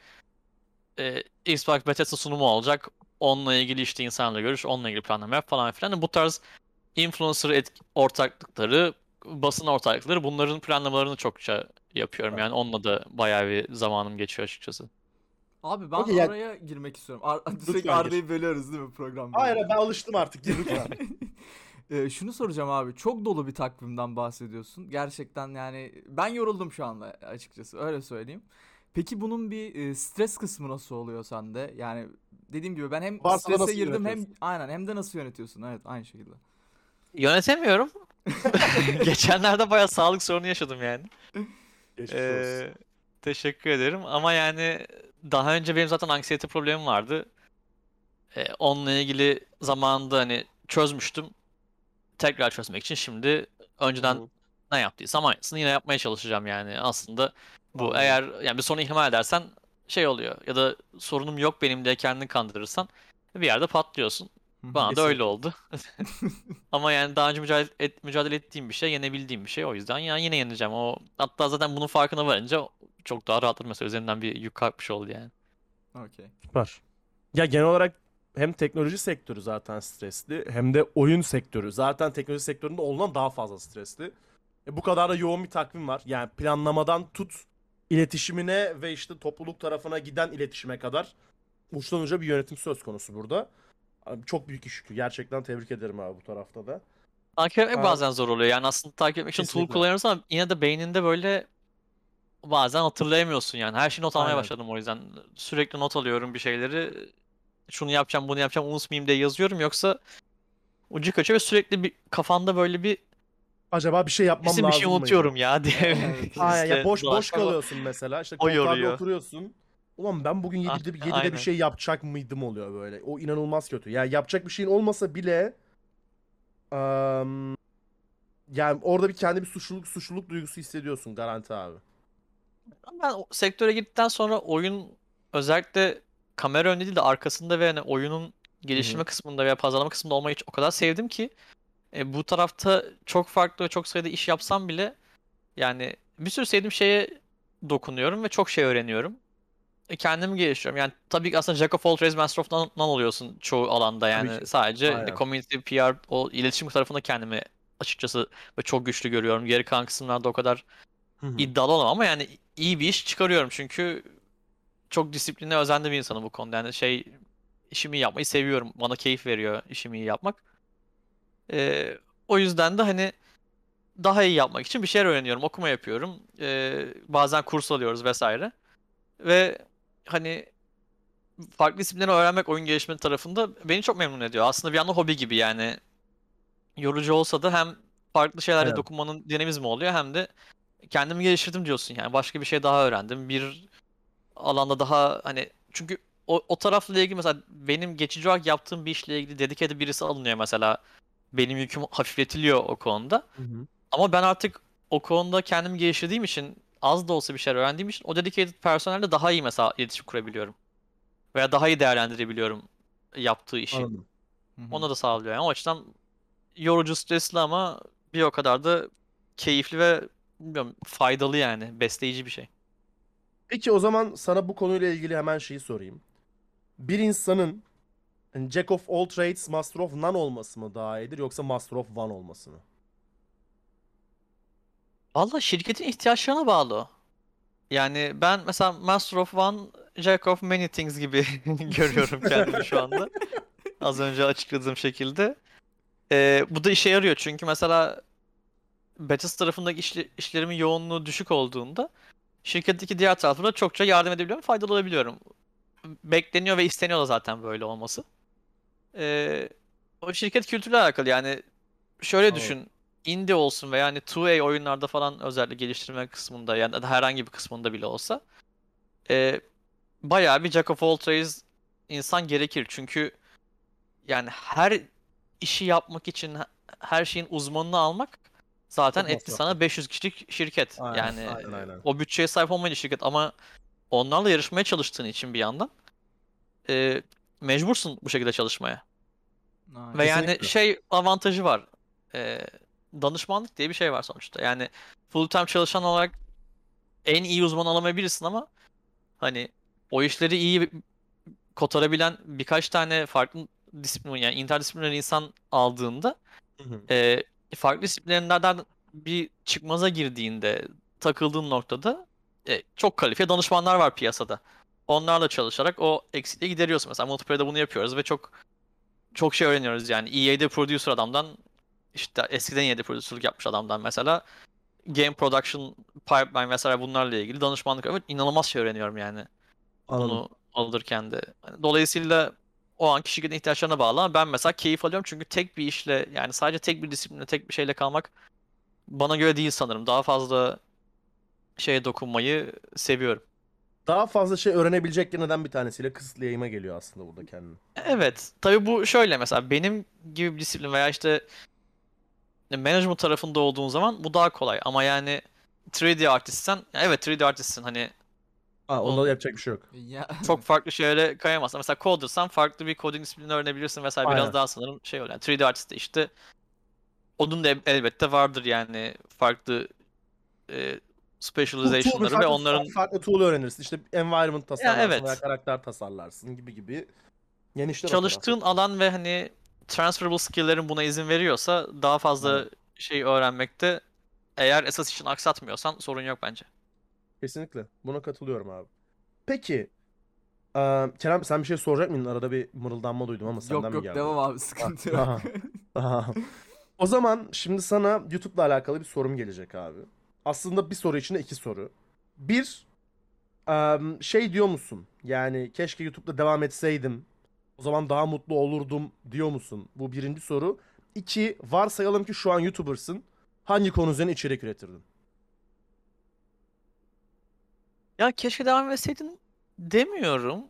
Xbox Bethesda sunumu olacak. Onunla ilgili işte insanlarla görüş, onunla ilgili planlama yap falan filan. Bu tarz influencer ortaklıkları, basın ortaklıkları, bunların planlamalarını çokça yapıyorum. Süper. Yani onunla da bayağı bir zamanım geçiyor açıkçası. Abi ben Okey yani oraya girmek istiyorum. Sürekli lütfen gir. Arda'yı bölüyoruz değil mi program Hayır boyunca? ben alıştım artık. Gir lütfen. Şunu soracağım abi. Çok dolu bir takvimden bahsediyorsun. Gerçekten yani ben yoruldum şu anda açıkçası. Öyle söyleyeyim. Peki bunun bir stres kısmı nasıl oluyor sende? Yani dediğim gibi ben hem Varsa da strese nasıl girdim hem yönetiyorsun? aynen hem de nasıl yönetiyorsun? Evet, aynı şekilde. Yönetemiyorum. Geçenlerde bayağı sağlık sorunu yaşadım yani. Geçmiş olsun. Ee, Teşekkür ederim. Ama yani daha önce benim zaten anksiyete problemim vardı. Onunla ilgili zamanında hani çözmüştüm. Tekrar çözmek için şimdi Hı önceden hı. ne yaptıysam aynısını yine yapmaya çalışacağım yani. Aslında bu, Anladım. eğer yani bir sorunu ihmal edersen şey oluyor, ya da sorunum yok benim diye kendini kandırırsan bir yerde patlıyorsun. Hı hı. Bana da öyle Kesinlikle. oldu. Ama yani daha önce mücadele ettiğim bir şey, yenebildiğim bir şey. O yüzden yani yine yeneceğim. Hatta zaten bunun farkına varınca çok daha rahatladım mesela. Üzerinden bir yük kalkmış oldu yani. Okey. Süper. Ya genel olarak hem teknoloji sektörü zaten stresli hem de oyun sektörü. Zaten teknoloji sektöründe olunan daha fazla stresli. Bu kadar da yoğun bir takvim var. Yani planlamadan tut iletişimine ve işte topluluk tarafına giden iletişime kadar uçtan uca bir yönetim söz konusu burada. Abi çok büyük iş yükü. Gerçekten tebrik ederim abi bu tarafta da. Takip etmek Aa, bazen zor oluyor. Yani aslında takip etmek için tool kesinlikle. kullanıyoruz ama yine de beyninde böyle bazen hatırlayamıyorsun yani. Her şeyi not almaya Aynen. başladım o yüzden. Sürekli not alıyorum bir şeyleri. Şunu yapacağım, bunu yapacağım, unutmayayım diye yazıyorum. Yoksa ucu kaçıyor ve sürekli bir kafanda böyle Acaba bir şey yapmam kesin bir şey lazım mıydı? unutuyorum ya diye Evet, bir evet. Aynen ya hisse boş dolaşıyor ama kalıyorsun mesela. İşte o koltuğa bir yoruyor. oturuyorsun. Ulan ben bugün 7'de bir Aynen. şey yapacak mıydım oluyor böyle. O inanılmaz kötü. Yani yapacak bir şeyin olmasa bile am, yani orada bir suçluluk duygusu hissediyorsun garanti abi. Ben sektöre girdikten sonra oyun, özellikle kamera önünde değil de arkasında ve hani oyunun Hı hı. geliştirme kısmında veya pazarlama kısmında olmayı o kadar sevdim ki bu tarafta çok farklı ve çok sayıda iş yapsam bile yani bir sürü sevdiğim şeye dokunuyorum ve çok şey öğreniyorum. Kendimi geliştiriyorum. Yani tabii ki aslında Jack of all trades, Master of none oluyorsun çoğu alanda. Tabii Yani ki. sadece Aynen. community, PR, o iletişim tarafında kendimi açıkçası ve çok güçlü görüyorum. Geri kalan kısımlarda o kadar Hı hı. iddialı olamam ama yani iyi bir iş çıkarıyorum çünkü çok disipline özenli bir insanım bu konuda. Yani şey, işimi yapmayı seviyorum. Bana keyif veriyor işimi iyi yapmak. O yüzden de hani daha iyi yapmak için bir şeyler öğreniyorum, okuma yapıyorum. Bazen kurs alıyoruz vesaire. Ve hani farklı isimleri öğrenmek oyun geliştirme tarafında beni çok memnun ediyor. Aslında bir anda hobi gibi yani. Yorucu olsa da hem farklı şeylere Aynen. dokunmanın dinamizmi oluyor hem de kendimi geliştirdim diyorsun yani. Başka bir şey daha öğrendim. Bir alanda daha hani çünkü o tarafla ilgili mesela benim geçici olarak yaptığım bir işle ilgili dedicated birisi alınıyor mesela. Benim yüküm hafifletiliyor o konuda. Hı hı. Ama ben artık o konuda kendimi geliştirdiğim için az da olsa bir şeyler öğrendiğim için o dedicated personelle daha iyi mesela iletişim kurabiliyorum. Veya daha iyi değerlendirebiliyorum yaptığı işi. Anladım. Hı hı. Ona da sağlıyor. Yani o açıdan yorucu, stresli ama bir o kadar da keyifli ve bilmiyorum, faydalı yani. Besleyici bir şey. Peki o zaman sana bu konuyla ilgili hemen şeyi sorayım. Bir insanın hani Jack of all trades, master of none olması mı daha iyidir yoksa master of one olması mı? Valla şirketin ihtiyaçlarına bağlı o. Yani ben mesela Master of One, Jack of Many Things gibi görüyorum kendimi şu anda. Az önce açıkladığım şekilde. Bu da işe yarıyor çünkü mesela Bethesda tarafındaki işlerimin yoğunluğu düşük olduğunda şirketteki diğer taraflara çokça yardım edebiliyorum, faydalı olabiliyorum. Bekleniyor ve isteniyor da zaten böyle olması. Ee, O şirket kültürüyle alakalı yani şöyle Anladım. düşün. Indie olsun veya hani 2A oyunlarda falan özellikle geliştirme kısmında yani herhangi bir kısmında bile olsa e, bayağı bir Jack of all trades insan gerekir. Çünkü yani her işi yapmak için her şeyin uzmanını almak zaten Çok etti masraflı. sana 500 kişilik şirket. Aynen, Yani aynen, aynen. o bütçeye sahip olmayan şirket ama onlarla yarışmaya çalıştığın için bir yandan e, mecbursun bu şekilde çalışmaya. Ve Aynen. yani Kesinlikle. şey avantajı var. E, Danışmanlık diye bir şey var sonuçta. Yani full time çalışan olarak en iyi uzman alamayabilirsin ama hani o işleri iyi kotarabilen birkaç tane farklı disiplin yani interdisipliner insan aldığında Hı hı. e, farklı disiplinlerden bir çıkmaza girdiğinde takıldığın noktada çok kalifiye danışmanlar var piyasada. Onlarla çalışarak o eksikliği gideriyorsun. Mesela multiplayer'da bunu yapıyoruz ve çok şey öğreniyoruz yani. EA'de producer adamdan işte eskiden EA'de producerlık yapmış adamdan mesela game production pipeline vesaire bunlarla ilgili danışmanlık evet inanılmaz şey öğreniyorum yani Anladım. bunu alırken de. Hani dolayısıyla o anki şirketin ihtiyaçlarına bağlı ama ben mesela keyif alıyorum çünkü tek bir işle yani sadece tek bir disiplinle tek bir şeyle kalmak bana göre değil sanırım. Daha fazla şeye dokunmayı seviyorum. Daha fazla şey öğrenebilecek neden bir tanesiyle kısıtlı yayıma geliyor aslında burada kendini. Evet. Tabii bu şöyle mesela benim gibi bir disiplin veya işte management tarafında olduğun zaman bu daha kolay. Ama yani 3D artistsen ya evet 3D artistsin hani Aa, onda onun yapacak bir şey yok. Ya çok farklı şeylere kayamazsın. Mesela codersan farklı bir coding disiplini öğrenebilirsin vesaire biraz Aynen. daha sanırım şey oluyor. Yani 3D artist de işte onun da elbette vardır yani farklı e, Tool bir specialization'ları ve onların farklı tool öğrenirsin. İşte environment ya tasarlarsın veya evet karakter tasarlarsın gibi genişler o tarafta. çalıştığın alan ve hani transferable skill'lerin buna izin veriyorsa daha Aynen. fazla şey öğrenmekte eğer esas için aksatmıyorsan sorun yok bence. Kesinlikle. Buna katılıyorum abi. Peki, Kerem sen bir şey soracak mıydın? Arada bir mırıldanma duydum ama senden yok mi yok geldi o? devam abi Ah, sıkıntı yok. aha, aha. O zaman şimdi sana YouTube'la alakalı bir sorum gelecek abi. Aslında bir soru içinde iki soru. Bir, şey diyor musun? Yani keşke YouTube'da devam etseydim. O zaman daha mutlu olurdum diyor musun? Bu birinci soru. İki, varsayalım ki şu an YouTuber'sın. Hangi konu üzerine içerik üretirdin? Ya keşke devam etseydin demiyorum.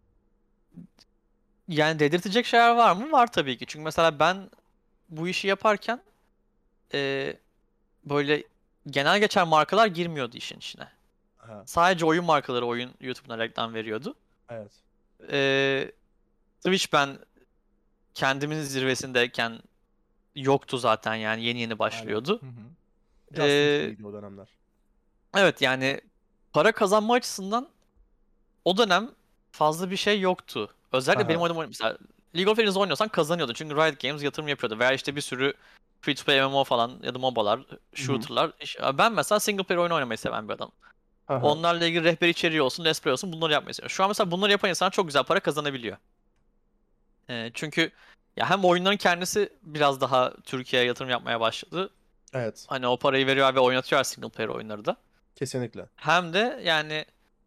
Yani dedirtecek şeyler var mı? Var tabii ki. Çünkü mesela ben bu işi yaparken e, böyle genel geçer markalar girmiyordu işin içine. Aha, Sadece oyun markaları oyun YouTube'una reklam veriyordu. evet. E, Twitch ben kendimin zirvesindeyken yoktu zaten yani yeni yeni Aynen. başlıyordu. Hı hı. Justin E, TV'ydi o dönemler. evet yani para kazanma açısından o dönem fazla bir şey yoktu. Özellikle benim Aha. oynadığım oyun mesela League of Legends oynuyorsan kazanıyordun. Çünkü Riot Games yatırım yapıyordu. Veya işte bir sürü free to play MMO falan ya da MOBA'lar, Hı hı. shooter'lar. Ben mesela single player oyun oynamayı seven bir adamım. Aha. Onlarla ilgili rehber içeriği olsun, let's play olsun bunları yapmayı seviyorum. Şu an mesela bunları yapan insan çok güzel para kazanabiliyor. Çünkü ya hem oyunların kendisi biraz daha Türkiye'ye yatırım yapmaya başladı. Evet. Hani o parayı veriyor ve oynatıyor single player oyunları da. Kesinlikle. Hem de yani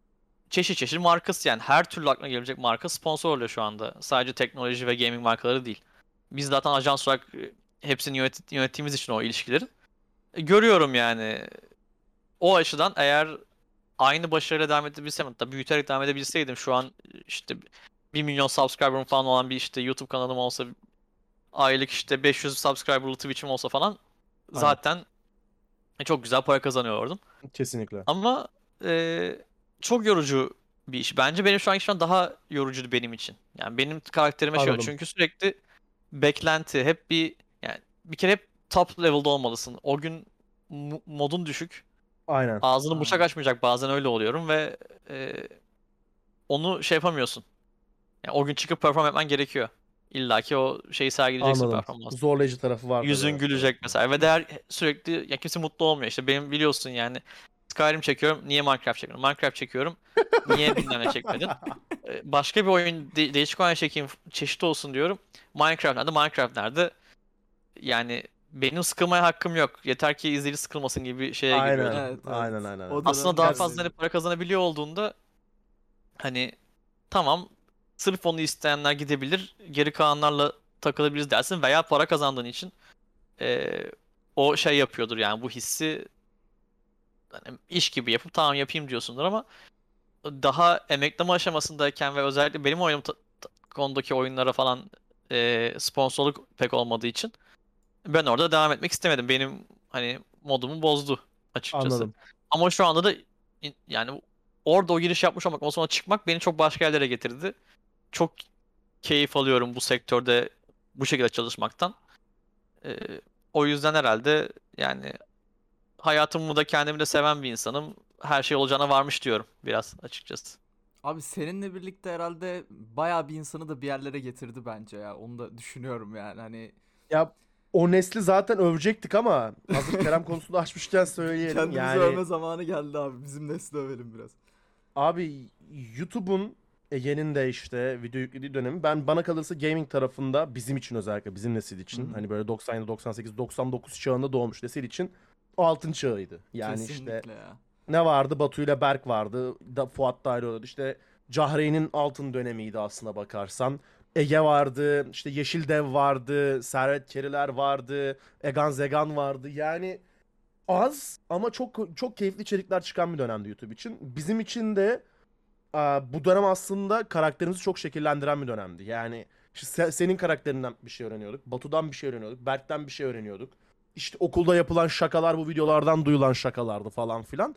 çeşit çeşit markası, yani her türlü aklına gelebilecek marka sponsor oluyor şu anda. Sadece teknoloji ve gaming markaları değil. Biz zaten ajans olarak hepsini yönettiğimiz için o ilişkilerin. Görüyorum yani. O açıdan eğer aynı başarıyla devam edebilsem, hatta büyüterek devam edebilseydim, şu an işte 1 milyon subscriber'ım falan olan bir işte YouTube kanalım olsa, aylık işte 500 subscriber'lı Twitch'im olsa falan, Aynen. zaten çok güzel para kazanıyordum. Kesinlikle. Ama çok yorucu bir iş. Bence benim şu an işim daha yorucuydu benim için. Yani benim karakterime şey, Anladım. çünkü sürekli beklenti, hep yani bir kere hep top level'da olmalısın. O gün modun düşük. Aynen. Ağzını bıçak Aynen. açmayacak, bazen öyle oluyorum ve onu şey yapamıyorsun. Yani o gün çıkıp perform etmen gerekiyor. İlla ki o şeyi sergileyeceksin, Anladım. performans. Zorlayıcı tarafı var tabii. Yüzün Evet, evet. gülecek mesela. Ve değer sürekli, ya kimse mutlu olmuyor. İşte benim biliyorsun yani, Skyrim çekiyorum, niye Minecraft çekiyorum? Minecraft çekiyorum, niye bilmem ne çekmedin? Başka bir oyun, değişik oyun çekeyim, çeşit olsun diyorum. Minecraft nerede? Minecraft nerede? Yani benim sıkılmaya hakkım yok. Yeter ki izleyici sıkılmasın gibi bir şeye Aynen. giriyordum. Evet, evet. Aynen aynen. O Aynen. Aslında dönem daha Ya, biraz fazla hani öyleydi. para kazanabiliyor olduğunda, hani tamam, sırf onu isteyenler gidebilir, geri kalanlarla takılabiliriz dersin, veya para kazandığın için o şey yapıyordur yani, bu hissi hani iş gibi yapıp tamam yapayım diyorsundur, ama daha emekleme aşamasındayken ve özellikle benim oyunum konudaki oyunlara falan sponsorluk pek olmadığı için ben orada devam etmek istemedim. Benim hani modumu bozdu açıkçası. anladım. Ama şu anda da yani orada o giriş yapmış olmak, o sonra çıkmak beni çok başka yerlere getirdi. Çok keyif alıyorum bu sektörde bu şekilde çalışmaktan. E, O yüzden herhalde yani hayatımı da kendimi de seven bir insanım. Her şey olacağına varmış diyorum biraz açıkçası. Abi seninle birlikte herhalde bayağı bir insanı da bir yerlere getirdi bence ya. Onu da düşünüyorum yani. Hani Ya, o nesli zaten övecektik ama hazır Kerem konusunu açmışken söyleyelim. kendimizi Yani övme zamanı geldi abi. Bizim nesli övelim biraz. abi, YouTube'un yeninde işte video yüklediği dönemi, ben bana kalırsa gaming tarafında bizim için, özellikle bizim nesil Hı için, hı. hani böyle 97, 98, 99 çağında doğmuş nesil için o altın çağıydı. Yani işte Kesinlikle ya. ne vardı? Batu ile Berk vardı. Fuat da ayrı oluyordu. İşte Cahreyn'in altın dönemiydi aslına bakarsan. Ege vardı. İşte Yeşil Dev vardı. Servet Keriler vardı. Egan Zegan vardı. Yani az ama çok çok keyifli içerikler çıkan bir dönemdi YouTube için. Bizim için de bu dönem aslında karakterimizi çok şekillendiren bir dönemdi. Yani işte senin karakterinden bir şey öğreniyorduk. Batu'dan bir şey öğreniyorduk. Berk'ten bir şey öğreniyorduk. İşte okulda yapılan şakalar bu videolardan duyulan şakalardı falan filan.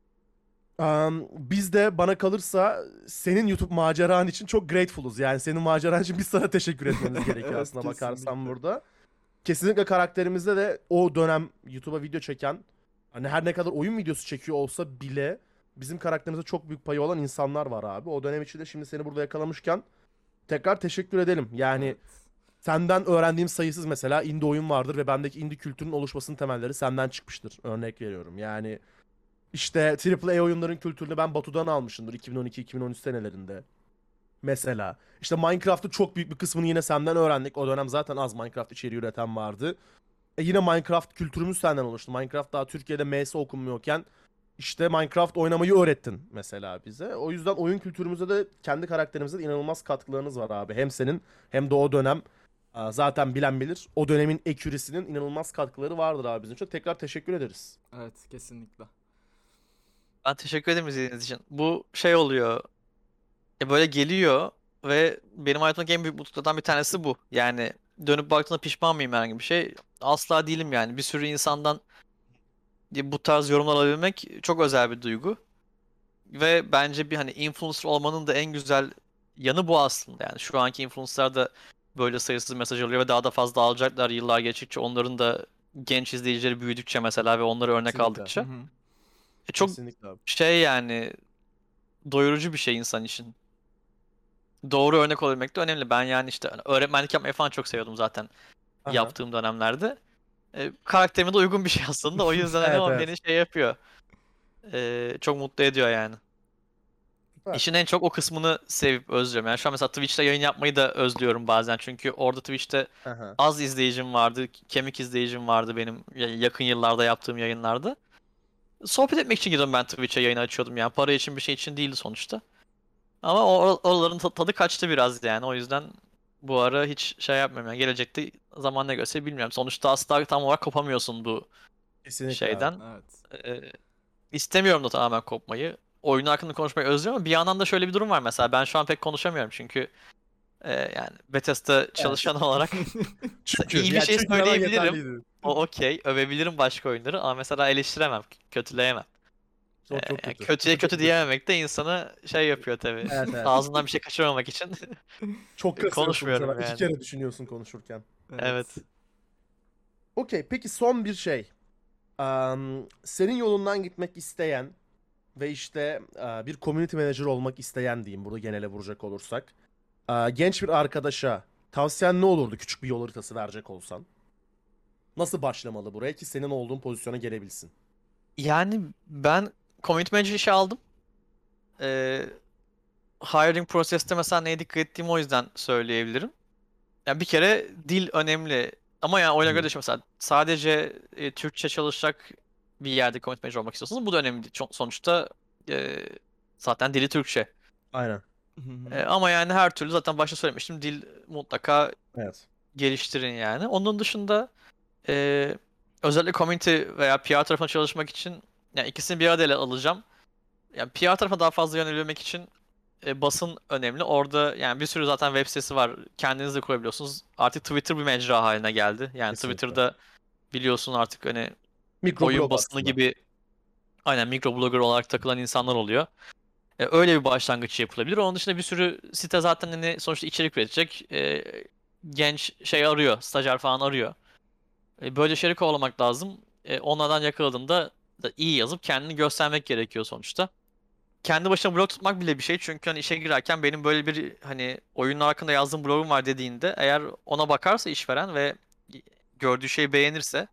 Biz de bana kalırsa senin YouTube maceran için çok grateful'uz. Yani senin maceran için biz sana teşekkür etmemiz gerekiyor Evet, aslına bakarsan kesinlikle. burada. Kesinlikle karakterimizde de o dönem YouTube'a video çeken, hani her ne kadar oyun videosu çekiyor olsa bile bizim karakterimize çok büyük payı olan insanlar var abi. O dönem içinde şimdi seni burada yakalamışken tekrar teşekkür edelim. Yani Evet. senden öğrendiğim sayısız mesela indie oyun vardır ve bendeki indie kültürünün oluşmasının temelleri senden çıkmıştır. Örnek veriyorum. Yani işte AAA oyunların kültürünü ben Batu'dan almışımdır 2012-2013 senelerinde. Mesela. İşte Minecraft'ın çok büyük bir kısmını yine senden öğrendik. O dönem zaten az Minecraft içeriği üreten vardı. Yine Minecraft kültürümüz senden oluştu. Minecraft daha Türkiye'de MS okunmuyorken işte Minecraft oynamayı öğrettin mesela bize. O yüzden oyun kültürümüze de kendi karakterimize de inanılmaz katkılarınız var abi. Hem senin hem de o dönem, zaten bilen bilir. O dönemin ekürisinin inanılmaz katkıları vardır abi bizim için. Tekrar teşekkür ederiz. Evet, kesinlikle. Ben teşekkür ederim izlediğiniz için. Bu şey oluyor. Böyle geliyor ve benim hayatımdaki en büyük mutluluklardan bir tanesi bu. Yani dönüp baktığında pişman mıyım herhangi bir şey? Asla değilim yani. Bir sürü insandan bu tarz yorumlar alabilmek çok özel bir duygu. Ve bence bir hani influencer olmanın da en güzel yanı bu aslında. Yani şu anki influencerlar da böyle sayısız mesaj alıyor ve daha da fazla alacaklar yıllar geçtikçe, onların da genç izleyicileri büyüdükçe mesela ve onları örnek Kesinlikle. Hı aldıkça. hı. Çok Kesinlikle abi. şey yani, doyurucu bir şey insan için. Doğru örnek olabilmek de önemli. Ben yani işte hani öğretmenlik yapmayı falan çok seviyordum zaten Aha. yaptığım dönemlerde. Karakterime de uygun bir şey aslında. O yüzden hani Evet o evet. beni şey yapıyor. Çok mutlu ediyor yani. Süper. İşin en çok o kısmını sevip özlüyorum. Yani şu an mesela Twitch'te yayın yapmayı da özlüyorum bazen. Çünkü orada Twitch'te Aha. az izleyicim vardı. Kemik izleyicim vardı benim yakın yıllarda yaptığım yayınlarda. sohbet etmek için girdim ben Twitch'e, yayın açıyordum yani. Para için, bir şey için değildi sonuçta. Ama oraların tadı kaçtı biraz yani. O yüzden bu ara hiç şey yapmıyorum yani. Gelecekte zaman ne gösterir bilmiyorum. Sonuçta asla tam olarak kopamıyorsun bu Kesinlikle abi. şeyden. Evet. İstemiyorum da tamamen kopmayı. Oyun hakkında konuşmayı özlüyorum ama bir yandan da şöyle bir durum var mesela. Ben şu an pek konuşamıyorum çünkü yani Bethesda Evet. çalışan olarak mesela Çünkü. iyi bir Ya şey çünkü hemen söyleyebilirim. yeterliydi. O okey. Övebilirim başka oyunları ama mesela eleştiremem, kötüleyemem. Çok çok Yani kötü. kötüye Kötü çok kötü kötü. diyememek de insanı şey yapıyor tabii. Evet evet. Ağzından bir şey kaçırmamak için Çok kasıyorsun bu sefer. konuşmuyorum İki yani. kere düşünüyorsun konuşurken. Evet. Evet. Okey, peki son bir şey. Senin yolundan gitmek isteyen ve işte bir community manager olmak isteyen diyeyim burada genele vuracak olursak. Genç bir arkadaşa tavsiyen ne olurdu küçük bir yol haritası verecek olsan? Nasıl başlamalı buraya ki senin olduğun pozisyona gelebilsin? Yani ben community manager işe aldım. Hiring proses'te mesela neye dikkat ettiğimi o yüzden söyleyebilirim. Yani bir kere dil önemli. Ama yani oyuna göre Hı. de mesela sadece Türkçe çalışacak bir yerde community manager olmak istiyorsanız bu da önemli değil. Sonuçta e, zaten dili Türkçe. Aynen. Hı hı. Ama yani her türlü zaten başta söylemiştim, dil mutlaka Evet. geliştirin yani. Onun dışında e, özellikle community veya PR tarafına çalışmak için yani ikisini bir arada ele alacağım. Yani PR tarafına daha fazla yönelebilmek için basın önemli. Orada yani bir sürü zaten web sitesi var. Kendiniz de kurabiliyorsunuz. Artık Twitter bir mecra haline geldi. Yani Kesinlikle. Twitter'da biliyorsun artık hani oyun Mikroblog basını aslında. gibi aynen mikroblogger olarak takılan insanlar oluyor. Öyle bir başlangıç yapılabilir. Onun dışında bir sürü site zaten hani sonuçta içerik üretecek. Genç şey arıyor, stajyer falan arıyor. Böyle şeyleri kovalamak lazım. Onlardan yakaladığında da iyi yazıp kendini göstermek gerekiyor sonuçta. Kendi başına blog tutmak bile bir şey. Çünkü hani işe girerken benim böyle bir hani oyunlar hakkında yazdığım blogum var dediğinde eğer ona bakarsa işveren ve gördüğü şeyi beğenirse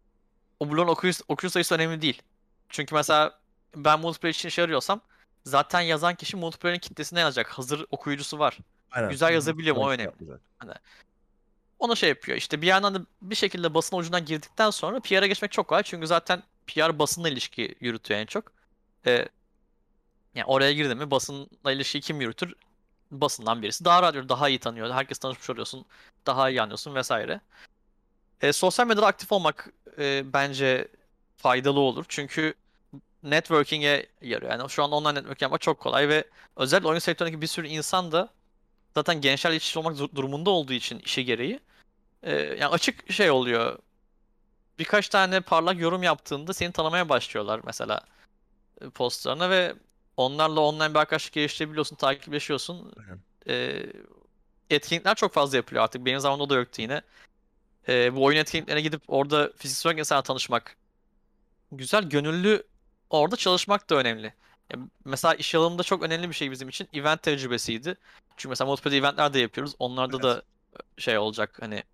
o blogun okuyucu sayısı önemli değil. Çünkü mesela ben multiplayer için işe arıyorsam zaten yazan kişi multiplayer'in kitlesine yazacak. Hazır okuyucusu var. Aynen. Güzel Hı hı. yazabiliyorum, Sana o bir şey önemli. yapmayacak. Hani ona şey yapıyor. İşte bir yandan da bir şekilde basın ucundan girdikten sonra PR'a geçmek çok kolay. Çünkü zaten PR basınla ilişki yürütüyor en çok. Ee, Yani oraya girdin mi basınla ilişkiyi kim yürütür? Basından birisi daha radyo daha iyi tanıyor. Herkes tanışmış oluyorsun. Daha iyi anlıyorsun vesaire. Sosyal medyada aktif olmak bence faydalı olur. Çünkü networking'e yarıyor. Yani şu an online network yapmak çok kolay ve özellikle oyun sektöründeki bir sürü insan da zaten gençlerle iç içe olmak durumunda olduğu için işi gereği yani açık şey oluyor. Birkaç tane parlak yorum yaptığında seni tanımaya başlıyorlar mesela postlarına ve onlarla online bir arkadaşlık geliştirebiliyorsun, takipleşiyorsun. Aynen. E, Etkinlikler çok fazla yapılıyor artık. Benim zamanımda o da yoktu yine. Bu oyun etkinliklerine gidip orada fiziksel olarak insanla tanışmak güzel. Gönüllü orada çalışmak da önemli. Ya mesela iş alanında çok önemli bir şey bizim için. Event tecrübesiydi. Çünkü mesela multiplayer eventler de yapıyoruz. Onlarda Evet. da şey olacak hani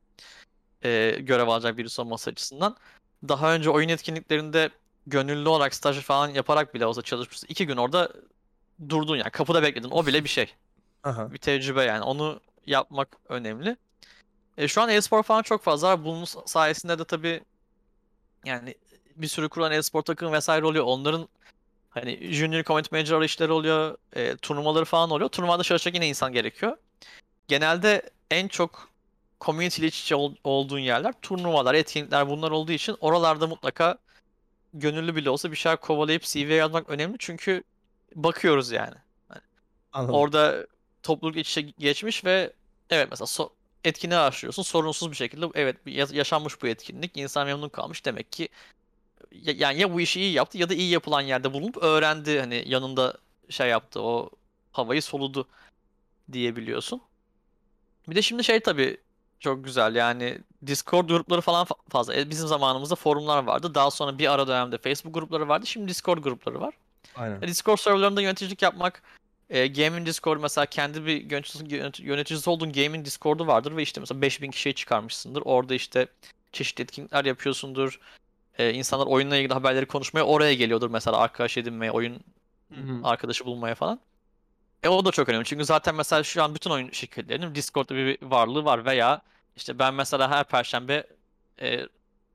görev alacak birisi olması açısından. Daha önce oyun etkinliklerinde gönüllü olarak staj falan yaparak bile olsa çalışmışsın. 2 gün orada durdun yani kapıda bekledin. O bile bir şey. Aha. Bir tecrübe yani. Onu yapmak önemli. Şu an e-spor falan çok fazla var. Bunun sayesinde de tabii yani bir sürü kurulan e-spor takımı vesaire oluyor. Onların hani junior community manager arayışları oluyor. Turnuvaları falan oluyor. Turnuvada çalışacak yine insan gerekiyor. Genelde en çok community ile iç içe olduğun yerler turnuvalar, etkinlikler bunlar olduğu için oralarda mutlaka gönüllü bile olsa bir şeyler kovalayıp CV'ye yazmak önemli. Çünkü bakıyoruz yani. Hani Anladım. orada topluluk iç içe geçmiş ve evet mesela etkinliği araştırıyorsun. Sorunsuz bir şekilde evet yaşanmış bu etkinlik. İnsan memnun kalmış. Demek ki yani ya bu işi iyi yaptı ya da iyi yapılan yerde bulunup öğrendi. Hani yanında şey yaptı, o havayı soludu diyebiliyorsun. Bir de şimdi şey tabii çok güzel yani Discord grupları falan fazla. Bizim zamanımızda forumlar vardı. Daha sonra bir ara dönemde Facebook grupları vardı. Şimdi Discord grupları var. Aynen. Discord serverlarında yöneticilik yapmak, Game'in Discord mesela kendi bir yöneticisi olduğun Game'in Discord'u vardır ve işte mesela 5000 kişiye çıkarmışsındır. Orada işte çeşitli etkinlikler yapıyorsundur. İnsanlar oyunla ilgili haberleri konuşmaya oraya geliyordur mesela arkadaş edinmeye, oyun Hı hı. arkadaşı bulmaya falan. O da çok önemli. Çünkü zaten mesela şu an bütün oyun şirketlerinin Discord'da bir varlığı var veya işte ben mesela her perşembe e,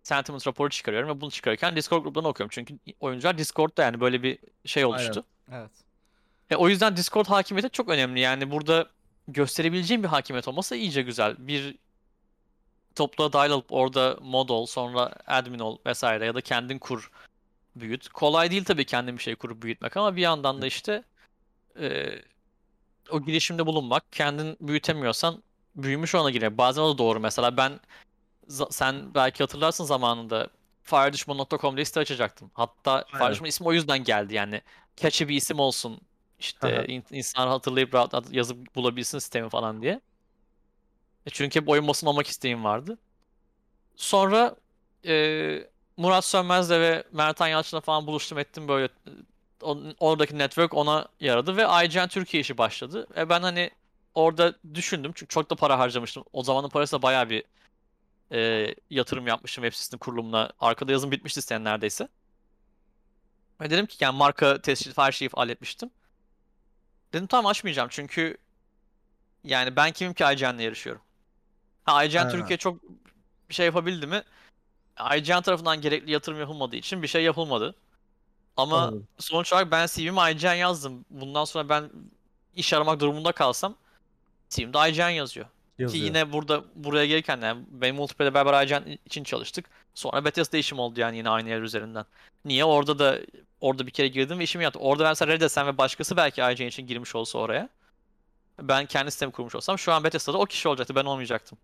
sentiment raporu çıkarıyorum ve bunu çıkarırken Discord gruplarını okuyorum. Çünkü oyuncular Discord'da yani böyle bir şey oluştu. Evet. O yüzden Discord hakimiyeti çok önemli. Yani burada gösterebileceğim bir hakimiyet olması iyice güzel. Bir topluluğa dahil olup orada mod ol, sonra admin ol vesaire ya da kendin kur, büyüt. Kolay değil tabii kendin bir şey kurup büyütmek ama bir yandan da işte e, o girişimde bulunmak. Kendin büyütemiyorsan büyümüş ona girer. Bazen o da doğru. Mesela ben sen belki hatırlarsın zamanında firedüşman.com diye site açacaktım. Hatta Aynen. Firedüşman ismi o yüzden geldi yani. Catchy bir isim olsun. İşte insanlar hatırlayıp rahat yazıp bulabilsin sistemi falan diye. Çünkü hep oyun basın olmak isteğim vardı. Sonra Murat Sönmez'le ve Mertan Yalçın'la falan buluştum ettim böyle. Oradaki network ona yaradı ve IGN Türkiye işi başladı. Ben hani orada düşündüm çünkü çok da para harcamıştım. O zamanın parası da bayağı bir yatırım yapmışım web sitesinin kurulumuna. Arkada yazım bitmişti sitenin neredeyse. Ve dedim ki yani marka tescil her şeyi halletmiştim. Dedim tamam açmayacağım çünkü yani ben kimim ki IGN'le yarışıyorum. IGN Türkiye çok bir şey yapabildi mi? IGN tarafından gerekli yatırım yapılmadığı için bir şey yapılmadı. Ama Anladım. sonuç olarak ben CV'mi IGN yazdım. Bundan sonra ben iş aramak durumunda kalsam CV'mde IGN yazıyor. Ki Yazıyor. yine buraya gelirken yani benim Multiplay'le beraber IGN için çalıştık. Sonra Bethesda işim oldu yani yine aynı yer üzerinden. Niye? Orada bir kere girdim ve işimi yaptım. Orada ben mesela Redes'en ve başkası belki IGN için girmiş olsa oraya. Ben kendi sistemi kurmuş olsam şu an Bethesda'da o kişi olacaktı. Ben olmayacaktım.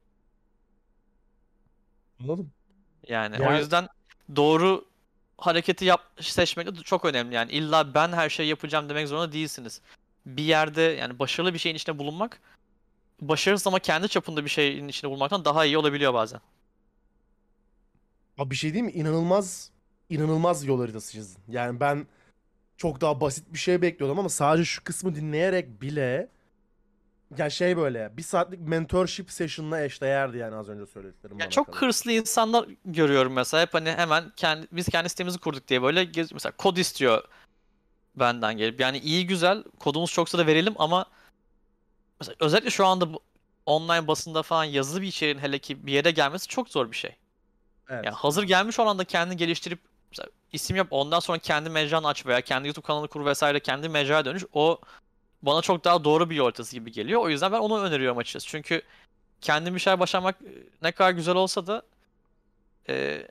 Anladım. Yani o Yani yüzden doğru hareketi seçmek de çok önemli. Yani illa ben her şeyi yapacağım demek zorunda değilsiniz. Bir yerde yani başarılı bir şeyin içinde bulunmak başarısız ama kendi çapında bir şeyin içinde bulunmaktan daha iyi olabiliyor bazen. abi bir şey diyeyim mi? İnanılmaz yol haritası çizdin. Yani ben çok daha basit bir şey bekliyordum ama sadece şu kısmı dinleyerek bile ya şey böyle bir saatlik mentorship session'la eşdeğerdi yani az önce söylediklerim Yani bana çok kalır. hırslı insanlar görüyorum mesela. Hep hani hemen biz kendi sitemizi kurduk diye böyle mesela kod istiyor benden gelip. Yani iyi güzel kodumuz çoksa da verelim ama mesela özellikle şu anda bu online basında falan yazılı bir içeriğin hele ki bir yere gelmesi çok zor bir şey. Yani Evet. hazır gelmiş olan da kendini geliştirip mesela isim yap ondan sonra kendi mecranı aç veya kendi YouTube kanalı kur vesaire kendi mecraya dönüş o bana çok daha doğru bir yol haritası gibi geliyor. O yüzden ben onu öneriyorum açıkçası. Çünkü kendi bir şeyler başarmak ne kadar güzel olsa da e,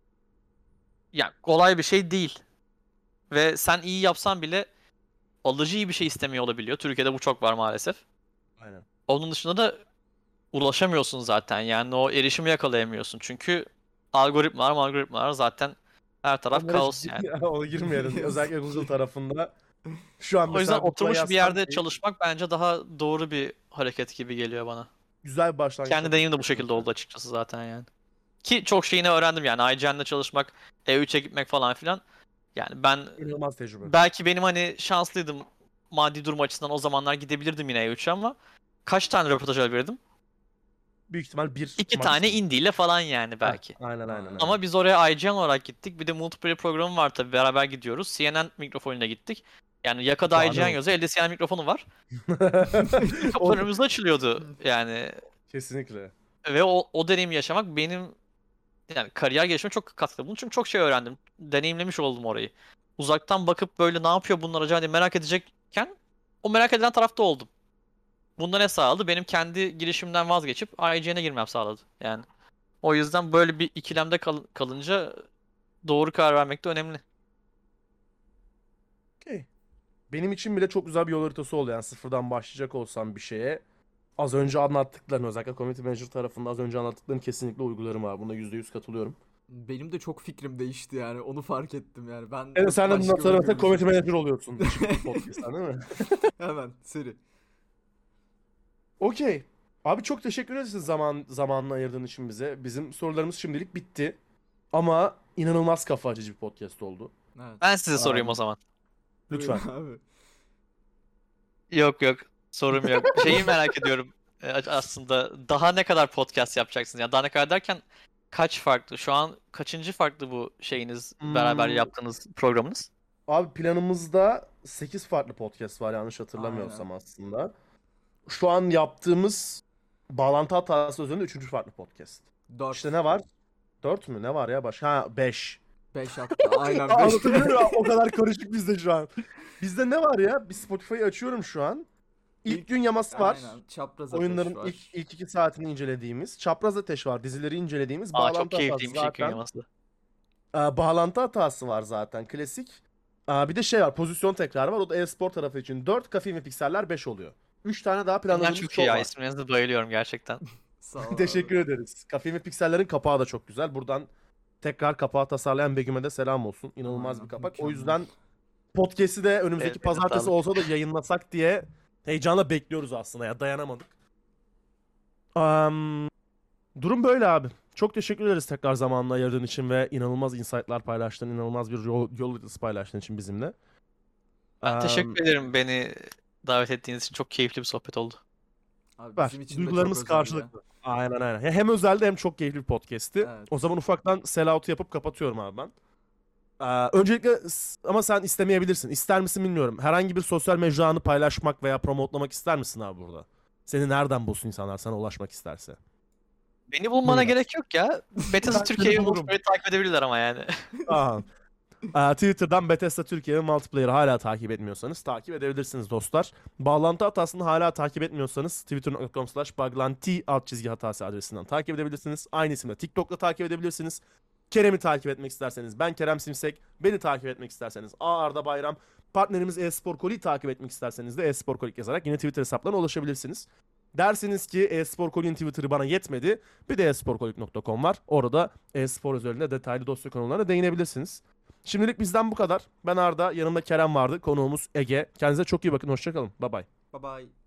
yani kolay bir şey değil. Ve sen iyi yapsan bile alıcı iyi bir şey istemiyor olabiliyor. Türkiye'de bu çok var maalesef. Aynen. Onun dışında da ulaşamıyorsun zaten. Yani o erişimi yakalayamıyorsun. Çünkü algoritmalar zaten her taraf Onlara kaos yani. ona girmeyelim. Özellikle Yazık Google ki. tarafında. Şu an O yüzden mesela Google'a oturmuş bir yazsam yerde ki çalışmak bence daha doğru bir hareket gibi geliyor bana. güzel bir başlangıç Kendi noktası deneyimim de bu şekilde kesinlikle. oldu açıkçası zaten yani. Ki çok şeyini öğrendim yani. IGN'de çalışmak, E3'e gitmek falan filan. Yani ben İnanılmaz tecrübe. belki benim hani şanslıydım maddi durum açısından o zamanlar gidebilirdim yine E3'e ama kaç tane röportaj alabilirdim? Büyük ihtimal bir İki tane maksimum. indie ile falan yani Heh, belki. aynen. Ama biz oraya IGN olarak gittik. Bir de multiplayer programı var tabii beraber gidiyoruz. CNN mikrofonuyla gittik. Yani yakada Daha ne IGN olsun. yazıyor, elde CNN mikrofonu var. Bütün O kapılar önümüzde açılıyordu yani. kesinlikle. Ve o deneyimi yaşamak benim yani kariyer gelişime çok katkıda bulundu. Çünkü çok şey öğrendim. Deneyimlemiş oldum orayı. Uzaktan bakıp böyle ne yapıyor bunlar acaba diye merak edecekken o merak edilen tarafta oldum. Bunda ne sağladı? Benim kendi girişimden vazgeçip IGN'e girmem sağladı. Yani o yüzden böyle bir ikilemde kalınca doğru karar vermek de önemli. Okey. Benim için bile çok güzel bir yol haritası oldu. Yani sıfırdan başlayacak olsam bir şeye. Az önce anlattıklarını özellikle Community Manager tarafında az önce anlattıklarını kesinlikle uygularım abi. Buna %100 katılıyorum. Benim de çok fikrim değişti yani. Onu fark ettim yani. Ben Evet çok sen de bundan başka sonra bakıyorum mesela Community işe. Manager oluyorsun. Çift podcast'tan değil mi? Hemen seri. Okey. Abi çok teşekkür ederiz zamanını ayırdığın için bize. Bizim sorularımız şimdilik bitti. Ama inanılmaz kafa açıcı bir podcast oldu. Evet. Ben size sorayım o Um, zaman. lütfen. Buyurun abi. Yok yok, sorum yok. Şeyi merak ediyorum aslında daha ne kadar podcast yapacaksınız? Yani daha ne kadar derken kaç farklı? Şu an kaçıncı farklı bu şeyiniz beraber Hmm, yaptığınız programınız? abi planımızda 8 farklı podcast var yanlış Aynen. hatırlamıyorsam aslında. Şu an yaptığımız bağlantı hatası üzerinde üçüncü farklı podcast. İşte 4. ne var? 4 mü? Ne var ya başka? Ha 5. 5 hatta. Aynen 5. Anlatabiliyor muyum? O kadar karışık bizde şu an. Bizde ne var ya? Bir Spotify'ı açıyorum şu an. İlk gün yaması var. Aynen. Çapraz Ateş Oyunların var. ilk 2 saatini incelediğimiz. Çapraz Ateş var. Dizileri incelediğimiz. Aa, çok Bağlantı hatası keyifliymiş ilk gün zaten. yaması. Bağlantı hatası var zaten. Klasik. Bir de şey var. Pozisyon tekrarı var. O da e-spor tarafı için 4. Kafe ve Pikseller 5 oluyor. 3 tane daha Bunlar planladığımız çok iyi show ya. var. İsimlerinize bayılıyorum gerçekten. Sağ ol abi. Teşekkür ederiz. Kafe ve Pikseller'in kapağı da çok güzel. Buradan tekrar kapağı tasarlayan Begüm'e de selam olsun. İnanılmaz Aynen, bir kapak. O mükemmel. yüzden podcast'i de önümüzdeki Evet, pazartesi sağlık. olsa da yayınlasak diye heyecanla bekliyoruz aslında ya. Dayanamadık. Durum böyle abi. Çok teşekkür ederiz tekrar zamanla ayırdığın için ve inanılmaz insight'lar paylaştığın, inanılmaz bir yol haritası paylaştığın için bizimle. Ben Am, teşekkür ederim beni davet ettiğiniz için. Çok keyifli bir sohbet oldu. Abi Süper. bizim için de Duygularımız çok özel ya. karşılıklı. Aynen aynen. Ya hem özeldi hem çok keyifli bir podcast'ti. Evet. O zaman ufaktan sell-out'u yapıp kapatıyorum abi ben. Öncelikle ama sen istemeyebilirsin. İster misin bilmiyorum. Herhangi bir sosyal mecranı paylaşmak veya promotlamak ister misin abi burada? Seni nereden bulsun insanlar sana ulaşmak isterse? Beni bulmana Buyur. gerek yok ya. Bethesda Ben Türkiye'yi seni bulurum. Multiplayer'ı takip edebilirler ama yani. Aha. Twitter'dan Bethesda Türkiye ve Multiplayer'ı hala takip etmiyorsanız takip edebilirsiniz dostlar. Bağlantı hatasını hala takip etmiyorsanız twitter.com/baglanti_hatası adresinden takip edebilirsiniz. Aynı isimle TikTok'ta takip edebilirsiniz. Kerem'i takip etmek isterseniz ben Kerem Simsek. Beni takip etmek isterseniz Arda Bayram. Partnerimiz Espor Kolik'i takip etmek isterseniz de Espor Kolik yazarak yine Twitter hesaplarına ulaşabilirsiniz. Dersiniz ki Espor Kolik'in Twitter'ı bana yetmedi. Bir de esporkolik.com var. Orada espor özelinde detaylı dosya konularına değinebilirsiniz. Şimdilik bizden bu kadar. Ben Arda, yanımda Kerem vardı. Konuğumuz Ege. Kendinize çok iyi bakın. Hoşçakalın. Bye bye. Bye bye.